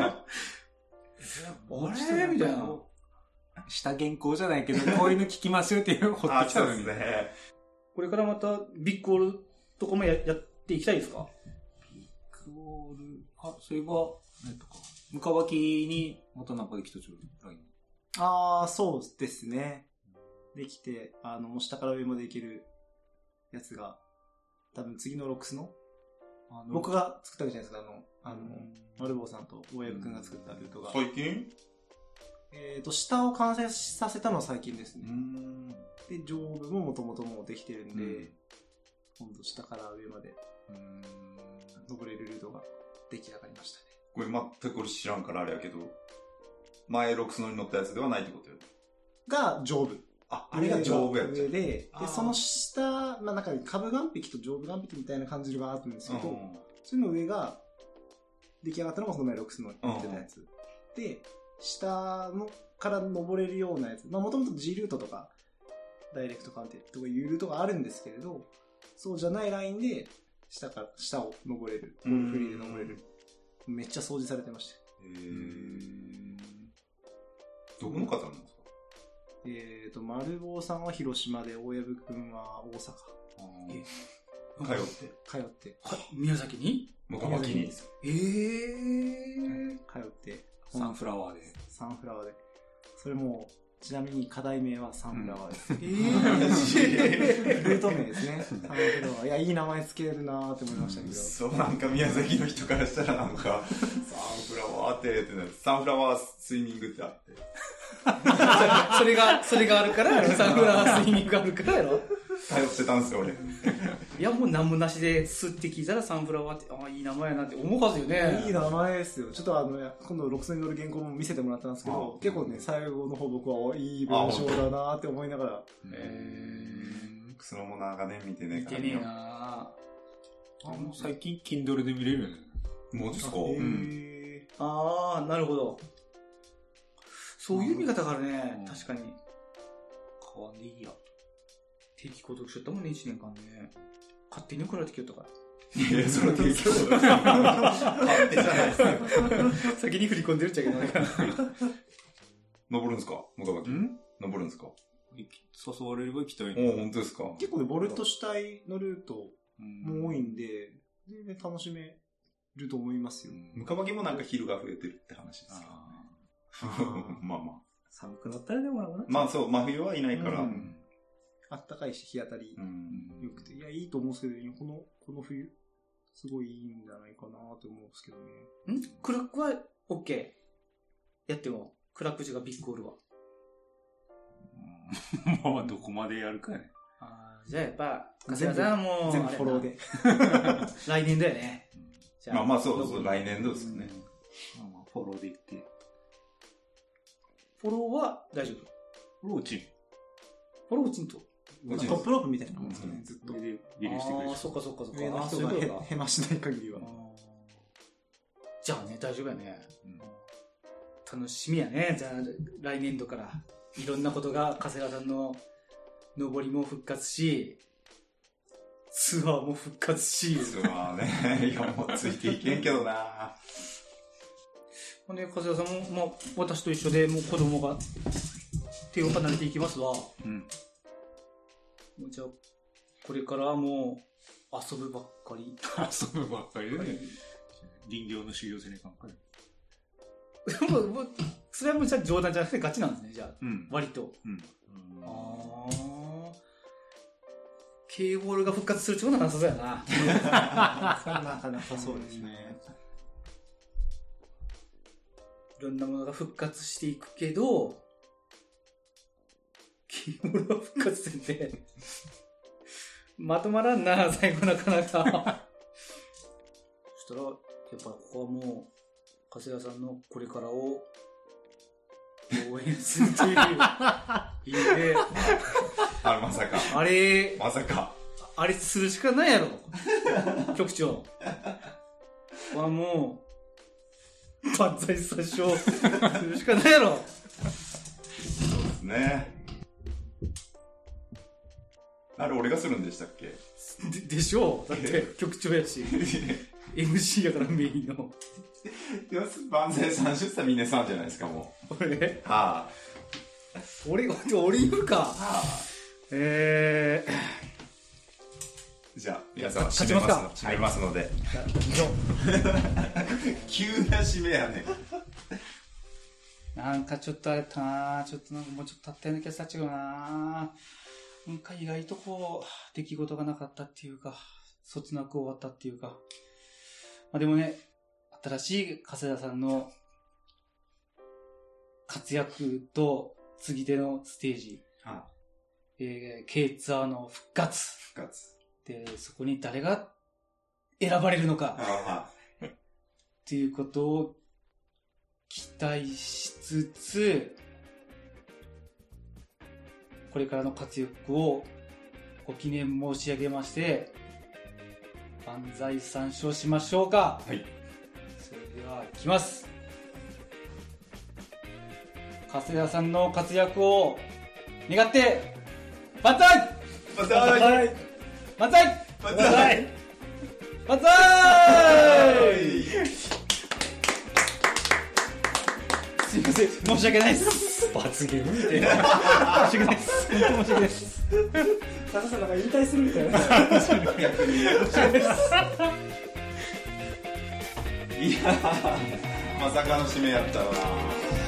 れみたいな。 下原稿じゃないけど、こういうの聞きますよっていうのを掘ってきたのに。 ね。 これからまたビッグオールとかもやっていきたいですか？ ビッグオール、そういえば、ムカバキにまたなんかできたじゃん、LINE。 そうですね。できて、もう下から上までいけるやつが、多分次のロックスの、僕が作ったわけじゃないですか、マルボーさんと大藪くんが作ったルートが。 最近？ 下を完成させたのは最近ですね。で、上部ももともともうできてるんで、今度下から上まで、登れるルートが出来上がりましたね。 これ全く俺知らんからあれやけど、前ロックスのに乗ったやつではないってことよ。 が上部。 あれが上部やっちゃう。 上で、その下、なんか下部岩壁と上部岩壁みたいな感じがあるんですけど、その上が出来上がったのがその前ロックスの乗ってたやつ。で、下のから登れるようなやつ。もともと G ルートとか、ダイレクトカンテとかいうルートがあるんですけれど、そうじゃないラインで、下を登れる。フリーで登れる。めっちゃ掃除されてました。 どこの方なんですか？ 丸坊さんは広島で、大藪くんは大阪。 通って。 宮崎に？ 向こうに。 通って。 サンフラワーで。 それも、ちなみに課題名はサンフラワーです。ルート名ですね。サンフラワー。いや、いい名前つけるなーって思いましたけど。 そう、なんか宮崎の人からしたらなんか、サンフラワーってなって、サンフラワースイミングってあって。 それがあるからやろ。サンフラワースイミングがあるからやろ。 通ってたんですよ、俺。 いや、もう何もなしで、スって聞いたらサンフラワーって、いい名前やなって思うはずよね。 いい名前ですよ。ちょっと今度、ロクソに乗る原稿も見せてもらったんですけど、結構ね、最後の方僕は、いい文章だなーって思いながら。 そのも長年見てねえから。見てねえな最近、Kindle で見れるよね。 もうですか？ なるほど。そういう見方があるね。確かに。 かわいいや。 定期購読しちゃったもんね、1年間ね。勝手に送られてきよったから。 いや、その定期購読勝手じゃないですよ。 先に振り込んでるっちゃけどね。 登るんすか？向こう登るんすか？ 誘われれば行きたい。 本当ですか？ 結構ね、ボルト主体のルートも多いんで、全然楽しめると思いますよ。 ムカバキもなんかヒルが増えてるって話ですよ。まあ。 寒くなったらでもな。 まあそう、真冬はいないから。 あったかいし、日当たり良くて。いや、いいと思うんですけど、この冬、すごいいいんじゃないかなと思うんですけどね。 クラックは OK。やっても、クラック時がビッグオールは。 まあ、どこまでやるかね。 じゃあやっぱ、柏さんはもう、 全部フォローで。 来年だよね。 まあそう、来年度ですよね。 フォローでいって。 フォローは大丈夫？ フォローチン。 フォローチンと。 トップロープみたいなもんですかね、ずっと。 リリーしてくれる。 そっか。 上の人がへましない限りは。 じゃあね、大丈夫やね。楽しみやね。じゃあ、来年度から、いろんなことが、加瀬川さんの登りも復活し、ツアーも復活し。 ツアーね。いや、もうついていけんけどな。 加瀬川さんも、私と一緒で、もう子供が手を離れていきますわ。もうじゃあ、これからはもう、遊ぶばっかり。 遊ぶばっかりでね。林業の修行せねえかんかい。 もう、それはもう冗談じゃなくてガチなんですね、じゃあ。割と。K ボールが復活するってことはなさそうやな。 なかなかそうですね。 いろんなものが復活していくけど、K ボールが復活してて、 まとまらんな、最後なかなか。そしたら、やっぱここはもう、加瀬谷さんのこれからを応援するという意味で、 まさか。 まさか。 あれするしかないやろ、局長。はもう、万歳殺傷するしかないやろ。 そうですね。あれ俺がするんでしたっけ？ でしょう。だって局長やし。MC やからメインの。 万歳30歳峰さんじゃないですか、もう。 俺はぁ、俺言うか。 じゃあ、皆さん締めますので。急な締めやね。 なんかちょっとあれたな、ちょっとなんかもうちょっと経ったような気がしたっちゃうな。なんか意外とこう、出来事がなかったっていうか、そつなく終わったっていうか。まあでもね、新しい加瀬田さんの活躍と次でのステージ、K ツアーの復活で、そこに誰が選ばれるのかっていうことを期待しつつ、これからの活躍をご記念申し上げまして、万歳三唱しましょうか。 はい。 それでは、いきます。加瀬田さんの活躍を願って、万歳万歳万歳万歳万歳すいません、申し訳ないです。罰ゲームみたいな。申し訳ないです。本当申し訳ないです。 高さんなんか引退するみたいな。 逆に申し訳ないです。いやー、まさかの締めやったわな。